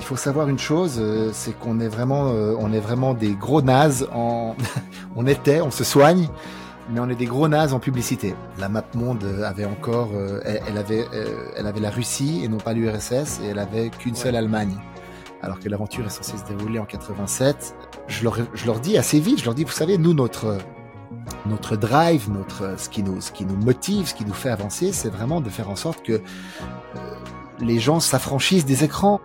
faut savoir une chose, c'est qu'on est vraiment des gros nazes on se soigne, mais on est des gros nazes en publicité. La MapMonde avait encore, elle avait la Russie et non pas l'URSS, et elle avait qu'une seule Allemagne. Alors que l'aventure est censée se dérouler en 87. Je leur dis assez vite, vous savez, nous, notre drive, ce qui nous motive, ce qui nous fait avancer, c'est vraiment de faire en sorte que les gens s'affranchissent des écrans.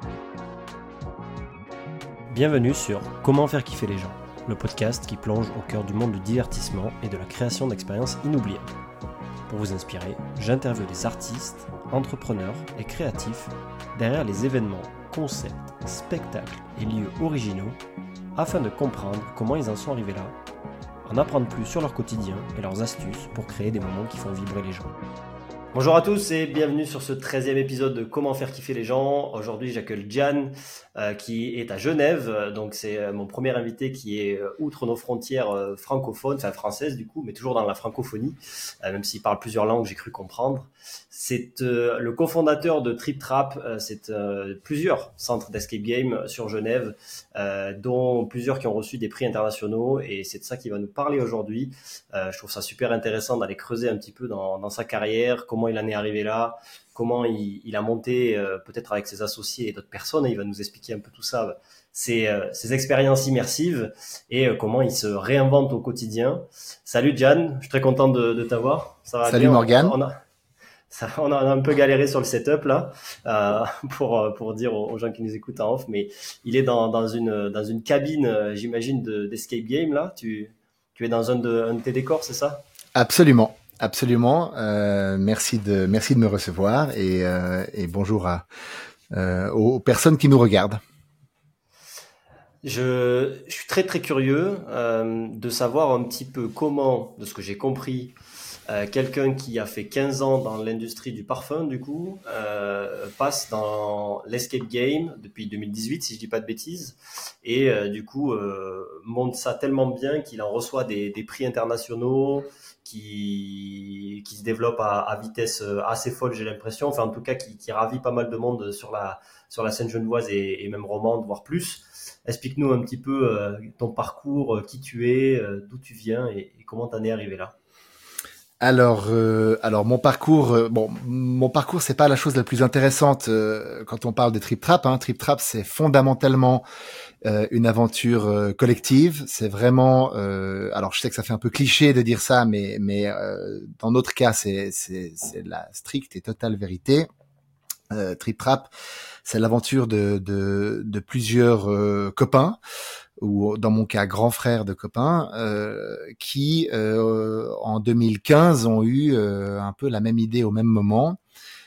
Bienvenue sur Comment faire kiffer les gens, le podcast qui plonge au cœur du monde du divertissement et de la création d'expériences inoubliables. Pour vous inspirer, j'interviewe des artistes, entrepreneurs et créatifs derrière les événements, concepts, spectacles et lieux originaux afin de comprendre comment ils en sont arrivés là, en apprendre plus sur leur quotidien et leurs astuces pour créer des moments qui font vibrer les gens. Bonjour à tous et bienvenue sur ce 13e épisode de Comment faire kiffer les gens. Aujourd'hui, j'accueille Gian qui est à Genève. Donc, c'est mon premier invité qui est outre nos frontières francophones, enfin françaises du coup, mais toujours dans la francophonie, même s'il parle plusieurs langues, j'ai cru comprendre. C'est le cofondateur de Trip Trap. C'est plusieurs centres d'escape game sur Genève, dont plusieurs qui ont reçu des prix internationaux. Et c'est de ça qu'il va nous parler aujourd'hui. Je trouve ça super intéressant d'aller creuser un petit peu dans sa carrière, comment il en est arrivé là, comment il a monté peut-être avec ses associés et d'autres personnes, et il va nous expliquer un peu tout ça, ses expériences immersives et comment il se réinvente au quotidien. Salut Gian, je suis très content de t'avoir. Ça va Salut bien. Morgane. On a un peu galéré sur le setup là, pour dire aux gens qui nous écoutent en off, mais il est dans une cabine, j'imagine, d'escape game là. Tu es dans un de tes décors, c'est ça? Absolument. Merci de me recevoir et bonjour aux personnes qui nous regardent. Je suis très très curieux de savoir un petit peu comment, de ce que j'ai compris, quelqu'un qui a fait 15 ans dans l'industrie du parfum, du coup, passe dans l'escape game depuis 2018, si je dis pas de bêtises, et du coup monte ça tellement bien qu'il en reçoit des prix internationaux, qui se développe à vitesse assez folle, j'ai l'impression, enfin en tout cas qui ravit pas mal de monde sur la scène genevoise et même romande, voire plus. Explique-nous un petit peu ton parcours, qui tu es, d'où tu viens et comment t'en es arrivé là. Alors mon parcours, c'est pas la chose la plus intéressante quand on parle de Trip Trap. Trip Trap, c'est fondamentalement une aventure collective. C'est vraiment, alors je sais que ça fait un peu cliché de dire ça, mais dans notre cas, c'est la stricte et totale vérité. Trip Trap, c'est l'aventure de plusieurs copains, ou dans mon cas grands frères de copains, qui en 2015 ont eu un peu la même idée au même moment.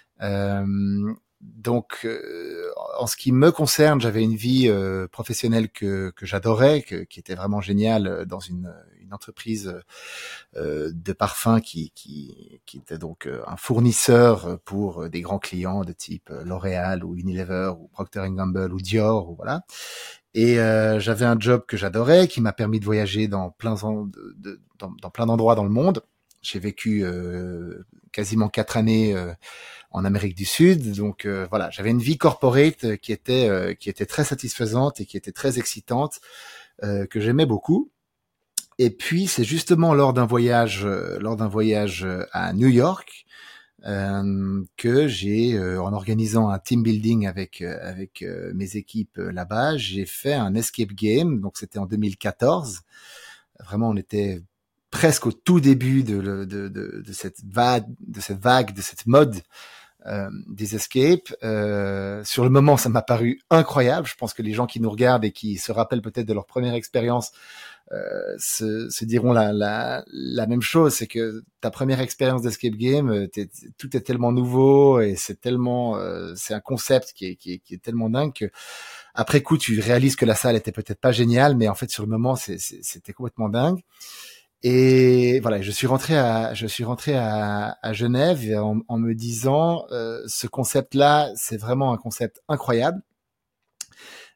Donc, en ce qui me concerne, j'avais une vie professionnelle que j'adorais, qui était vraiment géniale dans une entreprise de parfums qui était donc un fournisseur pour des grands clients de type L'Oréal ou Unilever ou Procter & Gamble ou Dior ou voilà. Et j'avais un job que j'adorais, qui m'a permis de voyager dans plein d'endroits dans le monde. J'ai vécu quasiment 4 années en Amérique du Sud, donc voilà, j'avais une vie corporate qui était très satisfaisante et qui était très excitante, que j'aimais beaucoup. Et puis c'est justement lors d'un voyage à New York que j'ai, en organisant un team building avec mes équipes là-bas, j'ai fait un escape game. Donc c'était en 2014. Vraiment, on était presque au tout début de cette vague, de cette mode des escapes. Sur le moment, ça m'a paru incroyable. Je pense que les gens qui nous regardent et qui se rappellent peut-être de leur première expérience se diront la même chose. C'est que ta première expérience d'escape game, tout est tellement nouveau et c'est tellement, c'est un concept qui est tellement dingue que après coup, tu réalises que la salle était peut-être pas géniale, mais en fait, sur le moment, c'était complètement dingue. Et voilà, je suis rentré à Genève en me disant, ce concept-là, c'est vraiment un concept incroyable.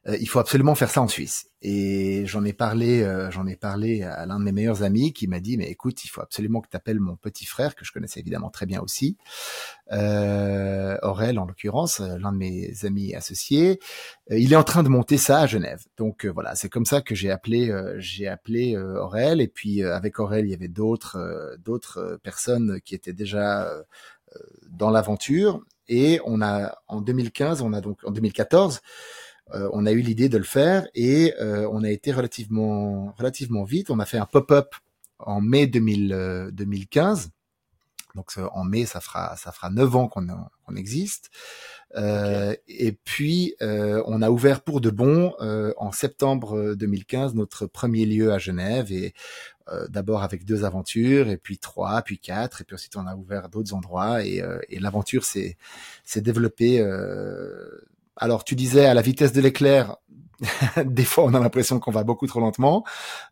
il faut absolument faire ça en Suisse. Et j'en ai parlé à l'un de mes meilleurs amis qui m'a dit, mais écoute, il faut absolument que tu appelles mon petit frère, que je connaissais évidemment très bien aussi, Aurel en l'occurrence, l'un de mes amis associés. Il est en train de monter ça à Genève. Donc voilà, c'est comme ça que j'ai appelé Aurel. Et puis avec Aurel, il y avait d'autres personnes qui étaient déjà dans l'aventure. Et en 2015, en 2014, on a eu l'idée de le faire et on a été relativement vite. On a fait un pop-up en mai 2015. Donc en mai, ça fera 9 ans qu'on existe. Okay. Et puis on a ouvert pour de bon en septembre 2015 notre premier lieu à Genève, et d'abord avec 2 aventures, et puis 3, puis 4, et puis ensuite on a ouvert d'autres endroits, et l'aventure s'est développée. Alors tu disais à la vitesse de l'éclair. Des fois, on a l'impression qu'on va beaucoup trop lentement,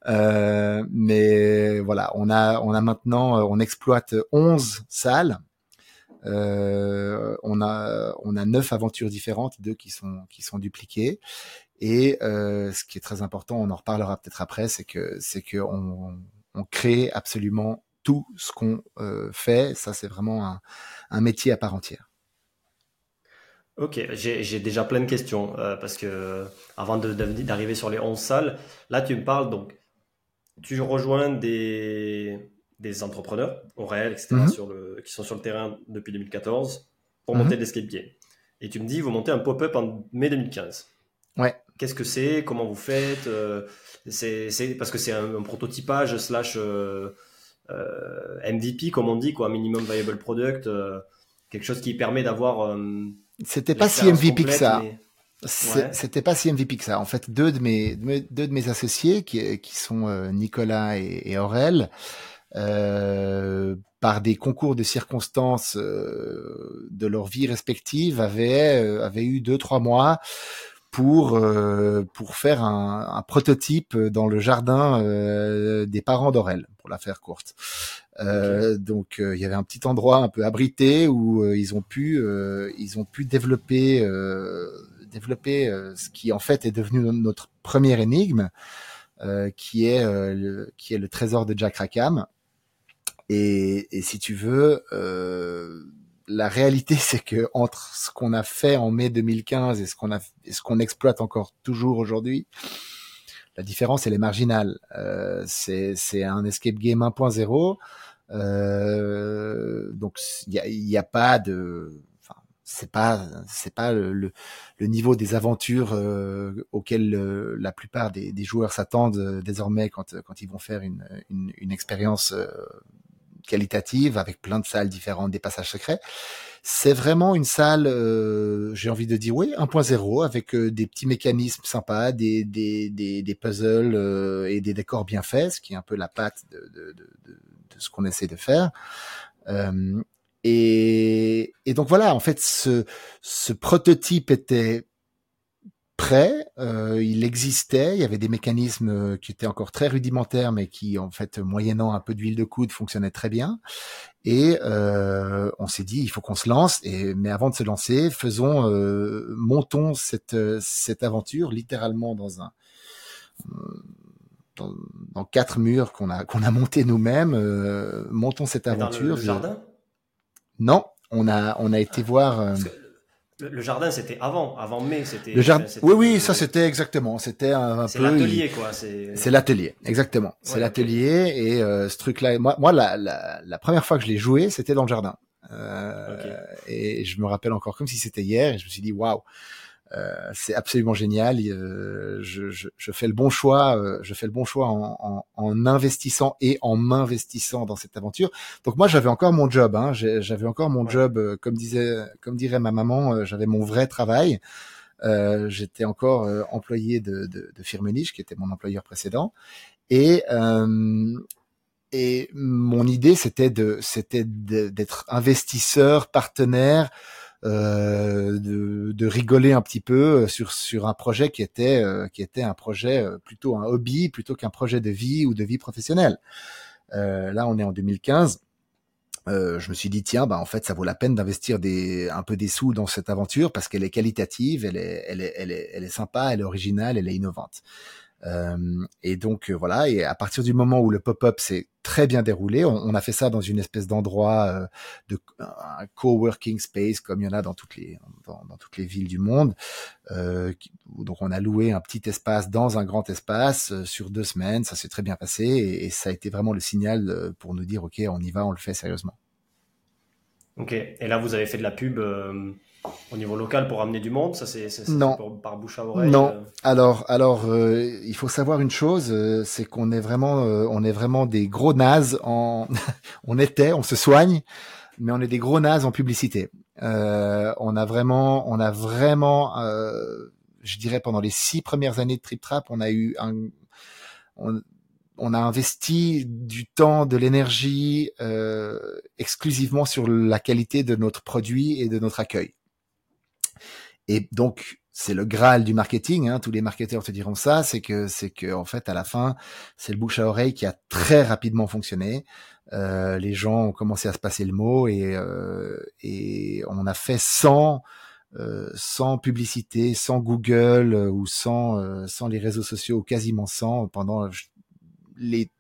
mais voilà, on a maintenant, on exploite 11 salles. On a 9 aventures différentes, 2 qui sont dupliquées. Et ce qui est très important, on en reparlera peut-être après, c'est que on crée absolument tout ce qu'on fait. Ça, c'est vraiment un métier à part entière. Ok, j'ai déjà plein de questions parce que avant d'arriver sur les 11 salles, là tu me parles donc, tu rejoins des entrepreneurs, Aurel, etc., qui sont sur le terrain depuis 2014 pour monter l'escape game. Et tu me dis, vous montez un pop-up en mai 2015. Ouais. Qu'est-ce que c'est? Comment vous faites? C'est parce que c'est un prototypage / MVP, comme on dit, quoi, minimum viable product, quelque chose qui permet d'avoir c'était pas si MVP que ça. Mais... C'était pas si MVP que ça. En fait, deux de mes associés qui sont Nicolas et Aurel, par des concours de circonstances de leur vie respective, avaient eu 2-3 mois pour faire un prototype dans le jardin des parents d'Aurel, pour la faire courte. Okay. Donc il y avait un petit endroit un peu abrité où ils ont pu développer ce qui en fait est devenu notre première énigme, qui est le trésor de Jack Rackham. Et si tu veux, la réalité, c'est que entre ce qu'on a fait en mai 2015 et ce qu'on exploite encore toujours aujourd'hui, la différence elle est marginale. C'est un escape game 1.0. Donc il y a pas de, enfin c'est pas le niveau des aventures auxquelles la plupart des joueurs s'attendent désormais quand ils vont faire une expérience qualitative avec plein de salles différentes, des passages secrets. C'est vraiment une salle, j'ai envie de dire, oui, 1.0, avec des petits mécanismes sympas, des puzzles et des décors bien faits, ce qui est un peu la patte de ce qu'on essaie de faire. Et donc voilà, en fait, ce prototype était prêt, il existait, il y avait des mécanismes qui étaient encore très rudimentaires, mais qui, en fait, moyennant un peu d'huile de coude, fonctionnaient très bien. Et on s'est dit, il faut qu'on se lance. Mais avant de se lancer, montons cette aventure littéralement dans 4 murs qu'on a monté nous-mêmes. Montons cette aventure. Dans le jardin ? Non, on a été voir. Le jardin, c'était avant mai, c'était. Le jardin. Oui, ça c'était exactement. C'était un c'est peu. L'atelier, quoi. C'est l'atelier, exactement. C'est l'atelier, okay. Et ce truc-là. Moi, la première fois que je l'ai joué, c'était dans le jardin. Okay. Et je me rappelle encore comme si c'était hier. Et je me suis dit, waouh, c'est absolument génial. Je fais le bon choix. Je fais le bon choix en investissant et en m'investissant dans cette aventure. Donc moi, j'avais encore mon job. Hein. J'avais encore mon job, comme dirait ma maman. J'avais mon vrai travail. J'étais encore employé de Firmenich, qui était mon employeur précédent. Et mon idée, c'était d'être investisseur, partenaire. De rigoler un petit peu sur un projet qui était un projet plutôt un hobby plutôt qu'un projet de vie ou de vie professionnelle. Là, on est en 2015. je me suis dit tiens, bah en fait ça vaut la peine d'investir un peu des sous dans cette aventure parce qu'elle est qualitative, elle est sympa, elle est originale, elle est innovante. Et donc voilà, et à partir du moment où le pop-up s'est très bien déroulé, on a fait ça dans une espèce d'endroit un coworking space comme il y en a dans toutes les villes du monde. Donc on a loué un petit espace dans un grand espace sur 2 semaines, ça s'est très bien passé et ça a été vraiment le signal pour nous dire ok, on y va, on le fait sérieusement. Ok. Et là, vous avez fait de la pub au niveau local pour amener du monde. Ça s'est fait Non, par bouche à oreille. non. Alors, il faut savoir une chose, c'est qu'on est vraiment des gros nazes on se soigne, mais on est des gros nazes en publicité. Je dirais pendant les 6 premières années de Trip Trap, on, on a investi du temps, de l'énergie exclusivement sur la qualité de notre produit et de notre accueil. Et donc, c'est le Graal du marketing, hein, tous les marketeurs te diront ça, c'est que en fait, à la fin, c'est le bouche à oreille qui a très rapidement fonctionné. Les gens ont commencé à se passer le mot et on a fait sans publicité, sans Google ou sans les réseaux sociaux, ou quasiment sans, pendant les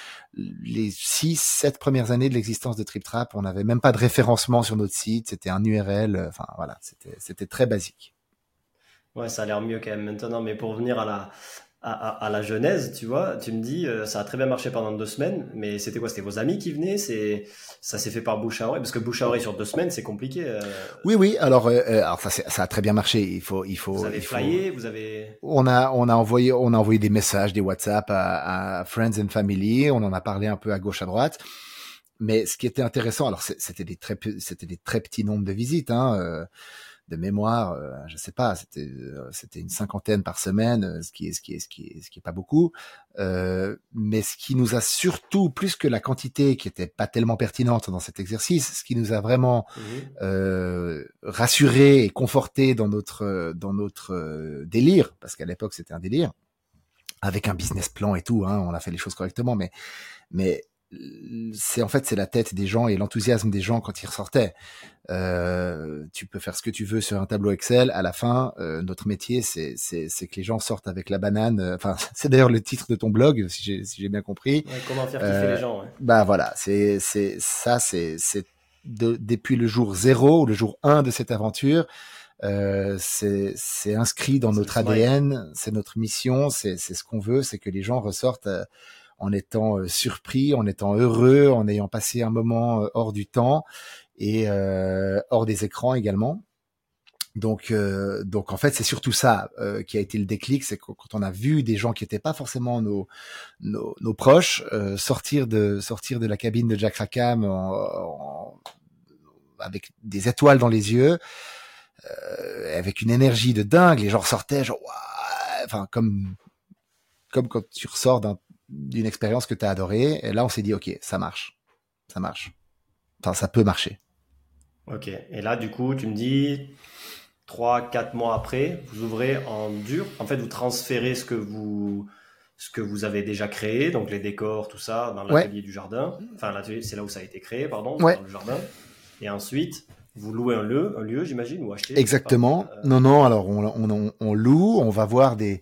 6-7 premières années de l'existence de TripTrap. On n'avait même pas de référencement sur notre site, c'était un URL, enfin voilà, c'était très basique. Ouais, ça a l'air mieux quand même maintenant. Mais pour revenir à la genèse, tu vois, tu me dis, ça a très bien marché pendant 2 semaines, mais c'était quoi? C'était vos amis qui venaient? Ça s'est fait par bouche à oreille? Parce que bouche à oreille sur 2 semaines, c'est compliqué. Oui. Alors ça a très bien marché. Vous avez flyé, vous avez... On a envoyé des messages, des WhatsApp à Friends and Family. On en a parlé un peu à gauche, à droite. Mais ce qui était intéressant, alors c'était des très petits nombres de visites, hein. De mémoire, je sais pas, c'était une 50aine par semaine, ce qui est pas beaucoup. Mais ce qui nous a surtout, plus que la quantité qui était pas tellement pertinente dans cet exercice, ce qui nous a vraiment rassuré et conforté dans notre délire, parce qu'à l'époque c'était un délire, avec un business plan et tout, hein, on a fait les choses correctement, mais c'est la tête des gens et l'enthousiasme des gens quand ils ressortaient. Tu peux faire ce que tu veux sur un tableau Excel. À la fin, notre métier, c'est que les gens sortent avec la banane. Enfin, c'est d'ailleurs le titre de ton blog, si j'ai bien compris. Ouais, comment faire kiffer les gens. Ouais. Bah voilà, c'est depuis le jour 0 ou le jour 1 de cette aventure. C'est inscrit dans notre ADN, c'est notre mission, c'est ce qu'on veut, c'est que les gens ressortent en étant surpris, en étant heureux, en ayant passé un moment hors du temps et hors des écrans également. Donc en fait, c'est surtout ça qui a été le déclic, c'est quand on a vu des gens qui n'étaient pas forcément nos proches sortir de la cabine de Jack Rackham avec des étoiles dans les yeux, avec une énergie de dingue. Les gens ressortaient genre, enfin comme quand tu ressors d'une expérience que tu as adorée. Et là, on s'est dit, ok, ça marche. Enfin, ça peut marcher. Ok. Et là, du coup, tu me dis, 3-4 mois après, vous ouvrez en dur. En fait, vous transférez ce que vous avez déjà créé, donc les décors, tout ça, dans l'atelier du jardin. Enfin, l'atelier, c'est là où ça a été créé, pardon, dans le jardin. Et ensuite, vous louez un lieu, j'imagine, ou achetez. Exactement. Non. Alors, on loue, on va voir des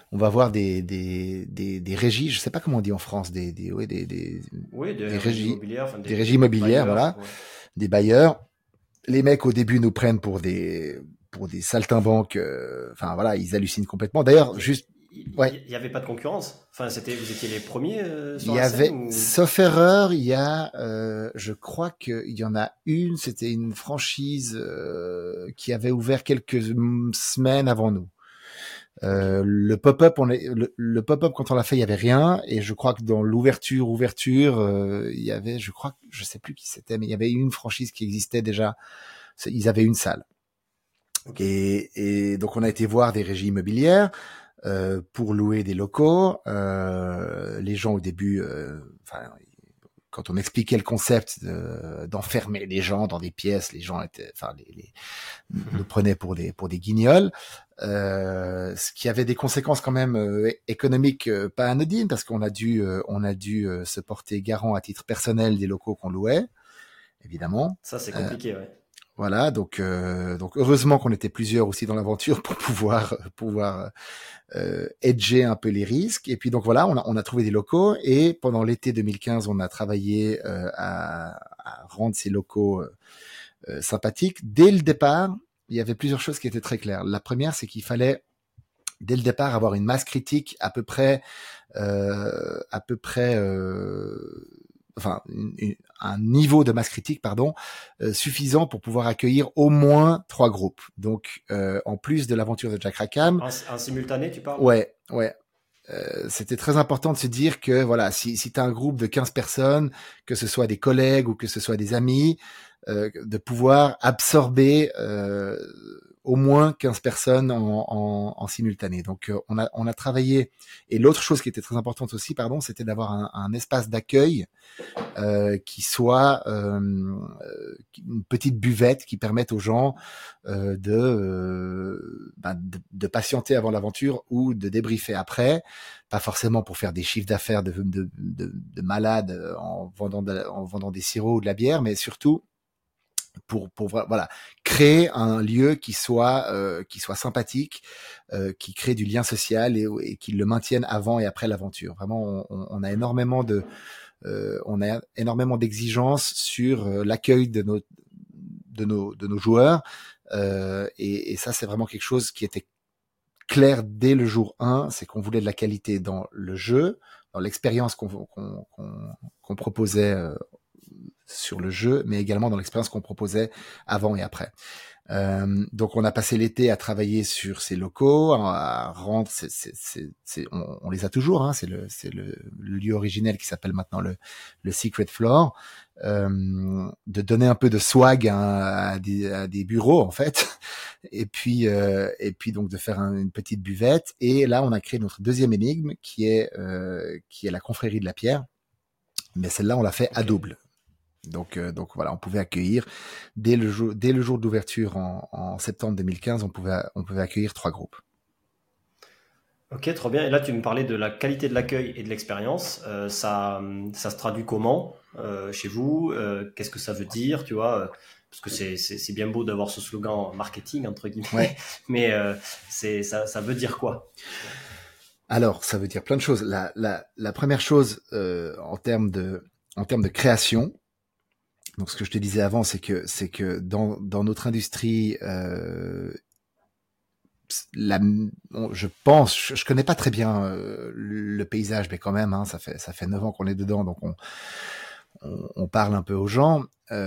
régies, je sais pas comment on dit en France, des régies immobilières, des régies immobilières, voilà, des bailleurs. Les mecs au début nous prennent pour des saltimbanques, enfin voilà, ils hallucinent complètement. D'ailleurs, juste il y avait pas de concurrence. Enfin, vous étiez les premiers sur la scène, sauf erreur, il y a je crois qu'il y en a une, c'était une franchise qui avait ouvert quelques semaines avant nous. Le pop-up, le pop-up quand on l'a fait, il y avait rien, et je crois que dans l'ouverture, il y avait, je sais plus qui c'était, mais il y avait une franchise qui existait déjà. Ils avaient une salle. Okay. Et donc on a été voir des régies immobilières pour louer des locaux. Les gens au début, quand on expliquait le concept d'enfermer les gens dans des pièces, les gens nous prenaient pour des guignols. Ce qui avait des conséquences quand même économiques pas anodines, parce qu'on a dû se porter garant à titre personnel des locaux qu'on louait. évidemment. Ça, c'est compliqué, ouais. Voilà, donc heureusement qu'on était plusieurs aussi dans l'aventure pour pouvoir hedger un peu les risques. Et puis donc voilà, on a trouvé des locaux et pendant l'été 2015, on a travaillé à rendre ces locaux sympathiques. Dès le départ, il y avait plusieurs choses qui étaient très claires. La première, c'est qu'il fallait dès le départ avoir une masse critique à peu près enfin un niveau de masse critique suffisant pour pouvoir accueillir au moins 3 groupes. Donc en plus de l'aventure de Jack Rackham, en simultané, tu parles? ouais. C'était très important de se dire que voilà, si tu as un groupe de 15 personnes, que ce soit des collègues ou que ce soit des amis, de pouvoir absorber au moins 15 personnes en simultané. Donc on a travaillé, et l'autre chose qui était très importante aussi, c'était d'avoir un espace d'accueil qui soit une petite buvette qui permette aux gens de patienter avant l'aventure ou de débriefer après, pas forcément pour faire des chiffres d'affaires de malades en vendant des sirops ou de la bière, mais surtout pour voilà, créer un lieu qui soit sympathique, qui crée du lien social et qui le maintienne avant et après l'aventure. Vraiment, on a énormément d'exigences sur l'accueil de nos joueurs, et ça c'est vraiment quelque chose qui était clair dès le jour 1, c'est qu'on voulait de la qualité dans le jeu, dans l'expérience qu'on proposait sur le jeu, mais également dans l'expérience qu'on proposait avant et après. Donc on a passé l'été à travailler sur ces locaux, à rendre, on les a toujours, hein, c'est le lieu originel qui s'appelle maintenant le Secret Floor, de donner un peu de swag à des bureaux en fait, et puis donc de faire une petite buvette. Et là on a créé notre deuxième énigme qui est la confrérie de la pierre, mais celle-là on l'a fait à double. Donc voilà, on pouvait accueillir dès le jour d'ouverture en septembre 2015, on pouvait accueillir 3 groupes. Ok, trop bien. Et là, tu me parlais de la qualité de l'accueil et de l'expérience. Ça se traduit comment chez vous? Qu'est-ce que ça veut dire, tu vois? Parce que c'est bien beau d'avoir ce slogan marketing entre guillemets, ouais. Mais ça veut dire quoi? Alors, ça veut dire plein de choses. La première chose en termes de création. Donc, ce que je te disais avant, c'est que dans notre industrie, je pense, je connais pas très bien le paysage, mais quand même, hein, ça fait 9 ans qu'on est dedans, donc on parle un peu aux gens.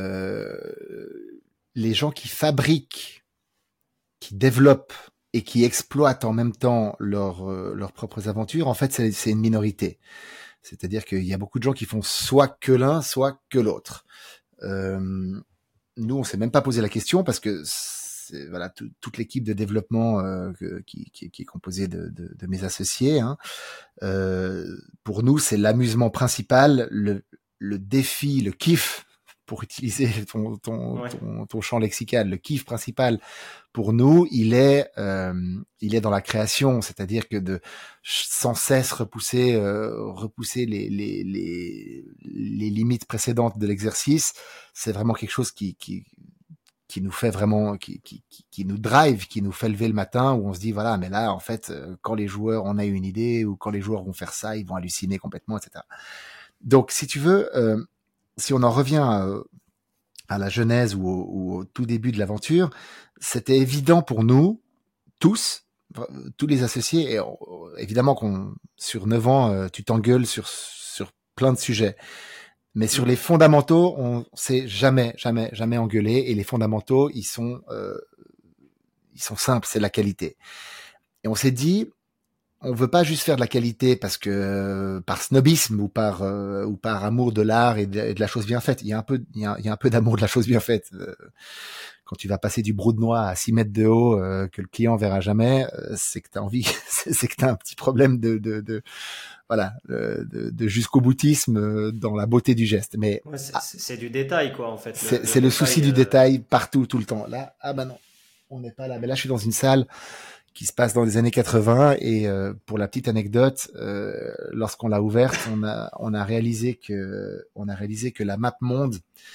Les gens qui fabriquent, qui développent et qui exploitent en même temps leurs propres aventures, en fait, c'est une minorité. C'est-à-dire qu'il y a beaucoup de gens qui font soit que l'un, soit que l'autre. Nous, on s'est même pas posé la question parce que voilà, toute l'équipe de développement qui est composée de mes associés, hein, pour nous, c'est l'amusement principal, le défi, le kiff, pour utiliser ton champ lexical, le kiff principal pour nous, il est dans la création, c'est-à-dire que de sans cesse repousser les limites précédentes de l'exercice, c'est vraiment quelque chose qui nous fait vraiment, qui nous drive, qui nous fait lever le matin, où on se dit voilà, mais là en fait, quand les joueurs en ont une idée ou quand les joueurs vont faire ça, ils vont halluciner complètement, etc. Donc si tu veux, si on en revient à la genèse ou au tout début de l'aventure, c'était évident pour nous tous les associés, et évidemment sur 9 ans, tu t'engueules sur plein de sujets. Mais sur les fondamentaux, on s'est jamais engueulé, et les fondamentaux, ils sont simples, c'est la qualité. Et on s'est dit, on veut pas juste faire de la qualité parce que par snobisme ou par amour de l'art et de la chose bien faite. Il y a un peu d'amour de la chose bien faite. Quand tu vas passer du brou de noix à 6 mètres de haut que le client verra jamais, c'est que t'as envie, c'est que t'as un petit problème de jusqu'au boutisme dans la beauté du geste. Mais ouais, c'est du détail, quoi, en fait. C'est le souci du détail partout, tout le temps. Là, bah non, on n'est pas là. Mais là, je suis dans une salle qui se passe dans les années 80, et pour la petite anecdote, lorsqu'on l'a ouverte, on a réalisé que la map monde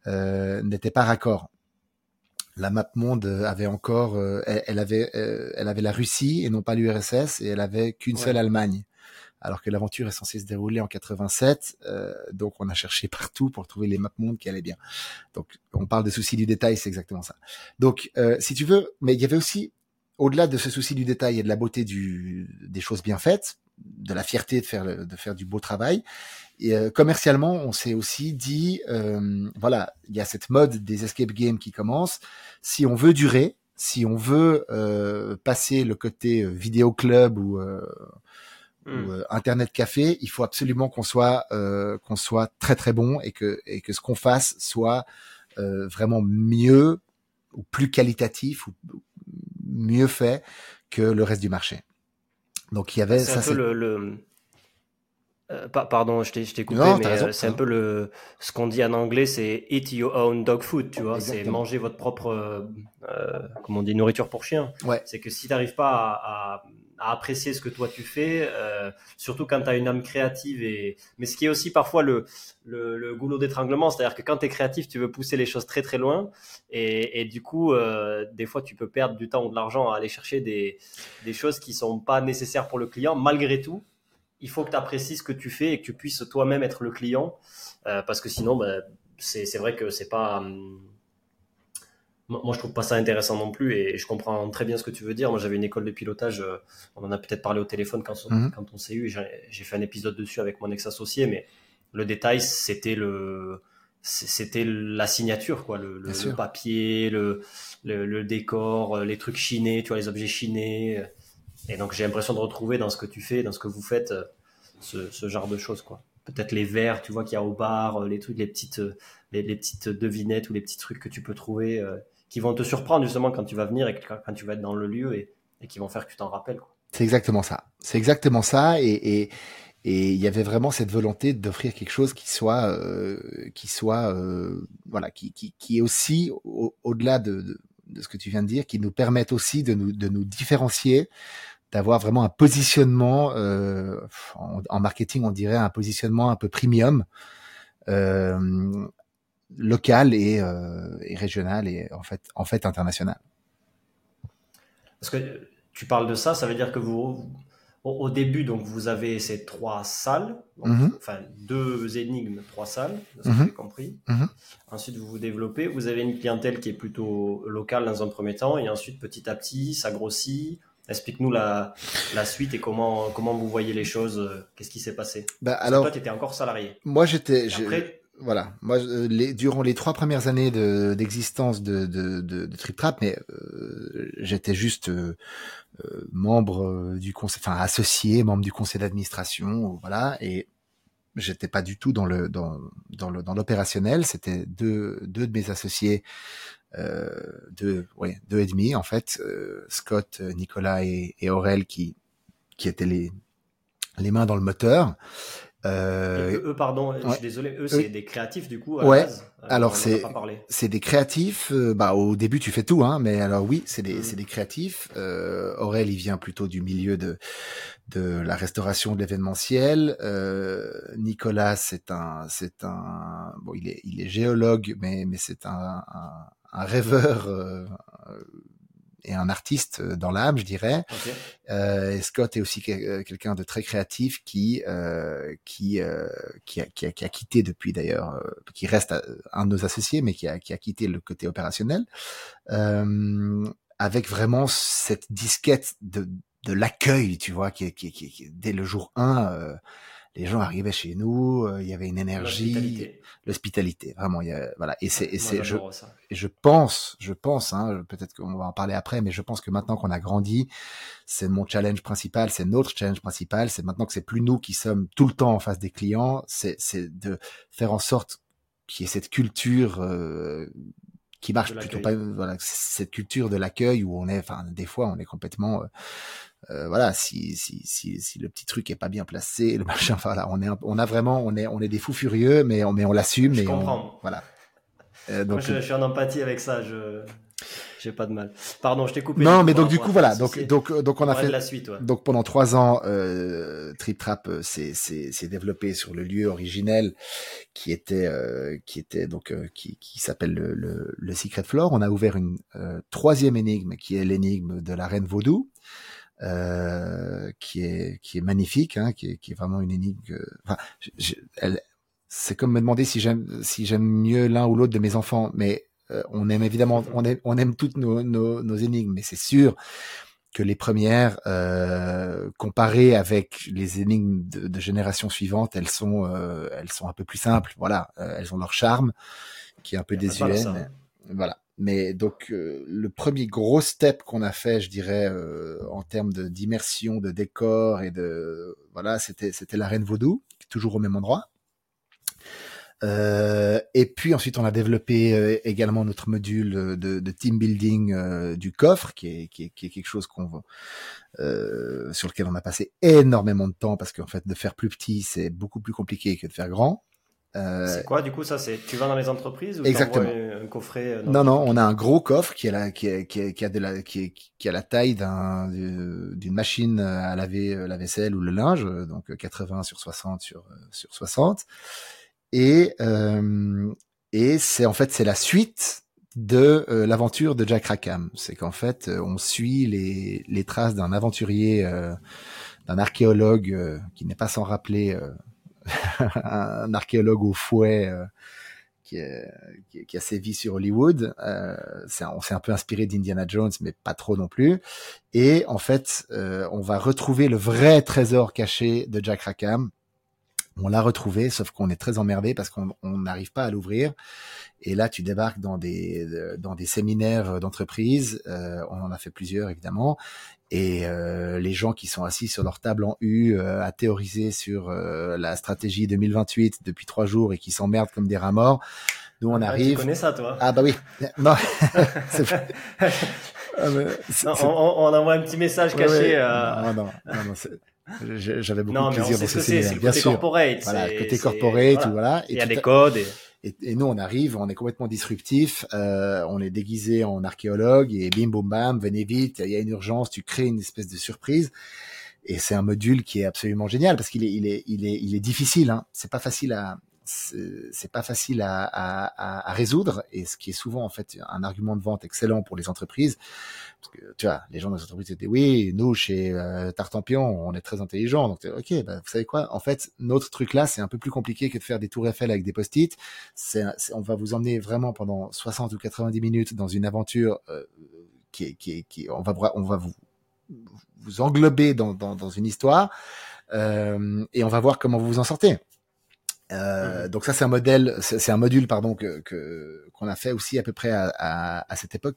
n'était pas raccord. La map monde avait encore, elle avait la Russie et non pas l'URSS, et elle avait qu'une seule Allemagne. Alors que l'aventure est censée se dérouler en 87, donc on a cherché partout pour trouver les maps monde qui allaient bien. Donc on parle de souci du détail, c'est exactement ça. Donc si tu veux, mais il y avait aussi, au-delà de ce souci du détail et de la beauté des choses bien faites, de la fierté de faire du beau travail, et commercialement, on s'est aussi dit, voilà, il y a cette mode des escape games qui commence. Si on veut durer, si on veut passer le côté vidéo club ou internet café, il faut absolument qu'on soit très très bon, et que ce qu'on fasse soit vraiment mieux ou plus qualitatif ou mieux fait que le reste du marché. Donc il y avait c'est ça. Un peu pardon, je t'ai coupé, Non, mais c'est un peu ce qu'on dit en anglais, c'est eat your own dog food, tu vois. Exactement. C'est manger votre propre, comment on dit, nourriture pour chien. Ouais. C'est que si tu n'arrives pas à apprécier ce que toi tu fais, surtout quand tu as une âme créative, mais ce qui est aussi parfois le goulot d'étranglement, c'est-à-dire que quand tu es créatif, tu veux pousser les choses très très loin, et du coup, des fois tu peux perdre du temps ou de l'argent à aller chercher des choses qui sont pas nécessaires pour le client. Malgré tout, il faut que tu apprécies ce que tu fais et que tu puisses toi-même être le client, parce que sinon, c'est vrai que c'est pas... Moi, je trouve pas ça intéressant non plus, et je comprends très bien ce que tu veux dire. Moi, j'avais une école de pilotage, on en a peut-être parlé au téléphone quand on s'est eu, j'ai fait un épisode dessus avec mon ex-associé, mais le détail, c'était la signature, quoi, le papier, le décor, les trucs chinés, tu vois, les objets chinés. Et donc, j'ai l'impression de retrouver dans ce que tu fais, dans ce que vous faites, ce genre de choses, quoi. Peut-être les verres, tu vois, qu'il y a au bar, les trucs, les petites devinettes ou les petits trucs que tu peux trouver, qui vont te surprendre justement quand tu vas venir et quand tu vas être dans le lieu, et qui vont faire que tu t'en rappelles, quoi. C'est exactement ça. C'est exactement ça. Et il y avait vraiment cette volonté d'offrir quelque chose qui soit voilà, qui est aussi au-delà de ce que tu viens de dire, qui nous permette aussi de nous différencier, d'avoir vraiment un positionnement en marketing, on dirait un positionnement un peu premium, local et régional, et en fait international. Parce que tu parles de ça, ça veut dire que vous, au début, donc vous avez ces 3 salles, donc, enfin 2 énigmes, 3 salles, de ce que j'ai compris. Ensuite, vous vous développez, vous avez une clientèle qui est plutôt locale dans un premier temps, et ensuite, petit à petit, ça grossit. Explique-nous la suite et comment vous voyez les choses. Qu'est-ce qui s'est passé? Alors, toi, tu étais encore salarié. Moi, voilà. Moi, durant les 3 premières années d'existence de Trip Trap, mais j'étais juste membre du conseil, enfin associé, membre du conseil d'administration, voilà, et j'étais pas du tout dans l'opérationnel. C'était deux de mes associés, deux et demi en fait, Scott, Nicolas et Aurel qui étaient les mains dans le moteur. Eux, pardon, je suis désolé, c'est des créatifs du coup à la base. Alors c'est des créatifs. Au début tu fais tout, hein, mais alors oui, c'est des créatifs. Aurel, il vient plutôt du milieu de la restauration de l'événementiel. Nicolas, il est géologue, mais c'est un rêveur et un artiste dans l'âme, je dirais. Okay. Et Scott est aussi quelqu'un de très créatif qui a quitté depuis d'ailleurs, qui reste un de nos associés, mais qui a quitté le côté opérationnel, avec vraiment cette disquette de l'accueil, tu vois, qui dès le jour 1, les gens arrivaient chez nous, il y avait une énergie, l'hospitalité, vraiment, voilà. Et je pense, hein, peut-être qu'on va en parler après, mais je pense que maintenant qu'on a grandi, c'est mon challenge principal, c'est notre challenge principal, c'est maintenant que c'est plus nous qui sommes tout le temps en face des clients, c'est de faire en sorte qu'il y ait cette culture qui marche plutôt pas, voilà, cette culture de l'accueil où des fois on est complètement voilà, si le petit truc est pas bien placé, le machin, voilà, on est des fous furieux, mais on l'assume. Je comprends. Voilà. Donc, moi, je suis en empathie avec ça. J'ai pas de mal. Pardon, je t'ai coupé. Non, Du coup, mais par donc du rapport coup à tes voilà, associés. donc on On a parlait fait de la suite, ouais. donc pendant 3 ans, Trip Trap s'est développé sur le lieu originel qui s'appelle le Secret Floor. On a ouvert une troisième énigme qui est l'énigme de la reine vaudou, qui est magnifique, hein, qui est vraiment une énigme. Enfin, c'est comme me demander si j'aime mieux l'un ou l'autre de mes enfants, mais on aime évidemment, on aime toutes nos énigmes, mais c'est sûr que les premières, comparées avec les énigmes de génération suivante, elles sont un peu plus simples. Voilà, elles ont leur charme, qui est un peu Il y a pas de mal à désuet, ça, mais hein. voilà. Mais donc le premier gros step qu'on a fait, je dirais, en termes d'immersion, de décor et de voilà, c'était la Reine Vaudou, toujours au même endroit. Et puis ensuite, on a développé également notre module de team building du coffre, qui est quelque chose sur lequel on a passé énormément de temps parce qu'en fait, de faire plus petit, c'est beaucoup plus compliqué que de faire grand. Euh, C'est quoi, du coup, ça, tu vas dans les entreprises ou t'envoies exactement. un coffret dans Non, les non, on a entreprises? un gros coffre qui a la taille d'une machine à laver la vaisselle ou le linge, donc 80 sur 60 sur 60. Et, euh, et c'est la suite de l'aventure de Jack Rackham. C'est qu'en fait, on suit les traces d'un aventurier, d'un archéologue qui n'est pas sans rappeler un archéologue au fouet qui, est- qui a sévi sur Hollywood. On s'est un peu inspiré d'Indiana Jones, mais pas trop non plus. Et en fait, on va retrouver le vrai trésor caché de Jack Rackham. On l'a retrouvé, sauf qu'on est très emmerdé parce qu'on n'arrive pas à l'ouvrir. Et là, tu débarques dans des séminaires d'entreprise. On en a fait plusieurs, évidemment. Et les gens qui sont assis sur leur table en U à théoriser sur la stratégie 2028 depuis 3 jours et qui s'emmerdent comme des rats morts. Nous, on Ah, tu arrive. connais ça, toi? Ah bah oui. Non, c'est, ah, mais Non, on envoie un petit message ouais, caché. ouais. Non, non, non, non. J'avais beaucoup de Non, mais on plaisir sait dans ce ces que c'est séminaires, le bien côté sûr. corporate. Voilà, côté corporate, ou Voilà. voilà. Il y a des codes. Et nous, on arrive, on est complètement disruptif, on est déguisé en archéologue et bim, boum, bam, venez vite, il y a une urgence, tu crées une espèce de surprise. Et c'est un module qui est absolument génial parce qu'il est difficile, hein. C'est pas facile à résoudre, et ce qui est souvent en fait un argument de vente excellent pour les entreprises, parce que tu vois, les gens dans les entreprises disent oui, nous chez Tartampion, on est très intelligents, donc ok, bah, vous savez quoi, en fait notre truc là c'est un peu plus compliqué que de faire des tours Eiffel avec des post-it. On va vous emmener vraiment pendant 60 ou 90 minutes dans une aventure on va vous englober dans une histoire, et on va voir comment vous vous en sortez. Mhm. Donc ça c'est un module pardon qu'on a fait aussi à peu près à cette époque,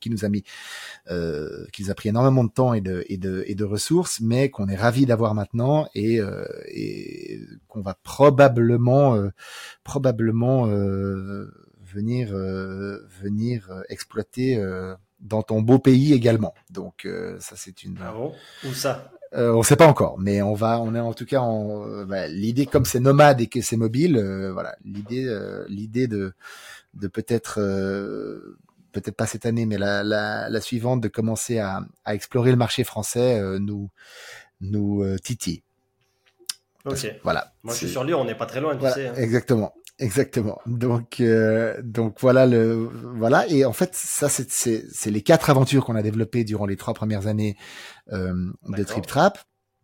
qui nous a pris énormément de temps et de ressources, mais qu'on est ravi d'avoir maintenant, et qu'on va probablement venir exploiter dans ton beau pays également. Donc ça c'est une Ah bon? Où ça? on sait pas encore, mais on est en tout cas l'idée, comme c'est nomade et que c'est mobile, voilà, l'idée de peut-être pas cette année, mais la suivante, de commencer à explorer le marché français, nous titille. Parce Ok. que, voilà, Moi, je suis sur Lyon, on n'est pas très loin, tu voilà, sais, hein. exactement. Donc voilà. Et en fait, ça c'est les 4 aventures qu'on a développées durant les 3 premières années de Trip D'accord. Trap.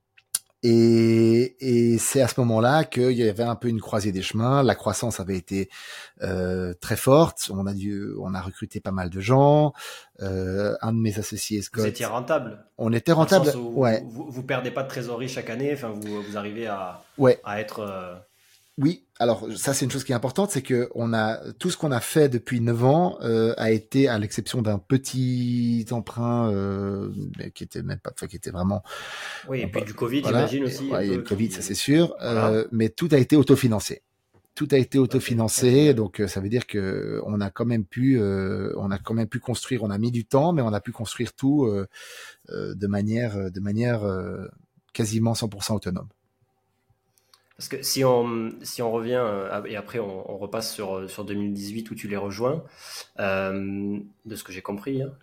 Et c'est à ce moment-là qu'il y avait un peu une croisée des chemins. La croissance avait été très forte. On a recruté pas mal de gens. Un de mes associés, Vous étiez Scott, rentable, on était dans le sens rentable. où Ouais, vous perdez pas de trésorerie chaque année, enfin, vous arrivez ouais. à être. Oui, alors ça c'est une chose qui est importante, c'est que tout ce qu'on a fait depuis 9 ans a été, à l'exception d'un petit emprunt mais qui était même pas, enfin, qui était vraiment, Oui, et puis du Covid, voilà, j'imagine aussi, un ouais, il y a eu le peu Covid, ça c'est qui. sûr, Voilà. mais tout a été autofinancé. Tout a été Ok, ah, autofinancé, génial. donc ça veut dire que on a quand même pu construire. On a mis du temps, mais on a pu construire tout de manière quasiment 100% autonome. Parce que si on revient, et après on repasse sur 2018 où tu les rejoins, de ce que j'ai compris, hein.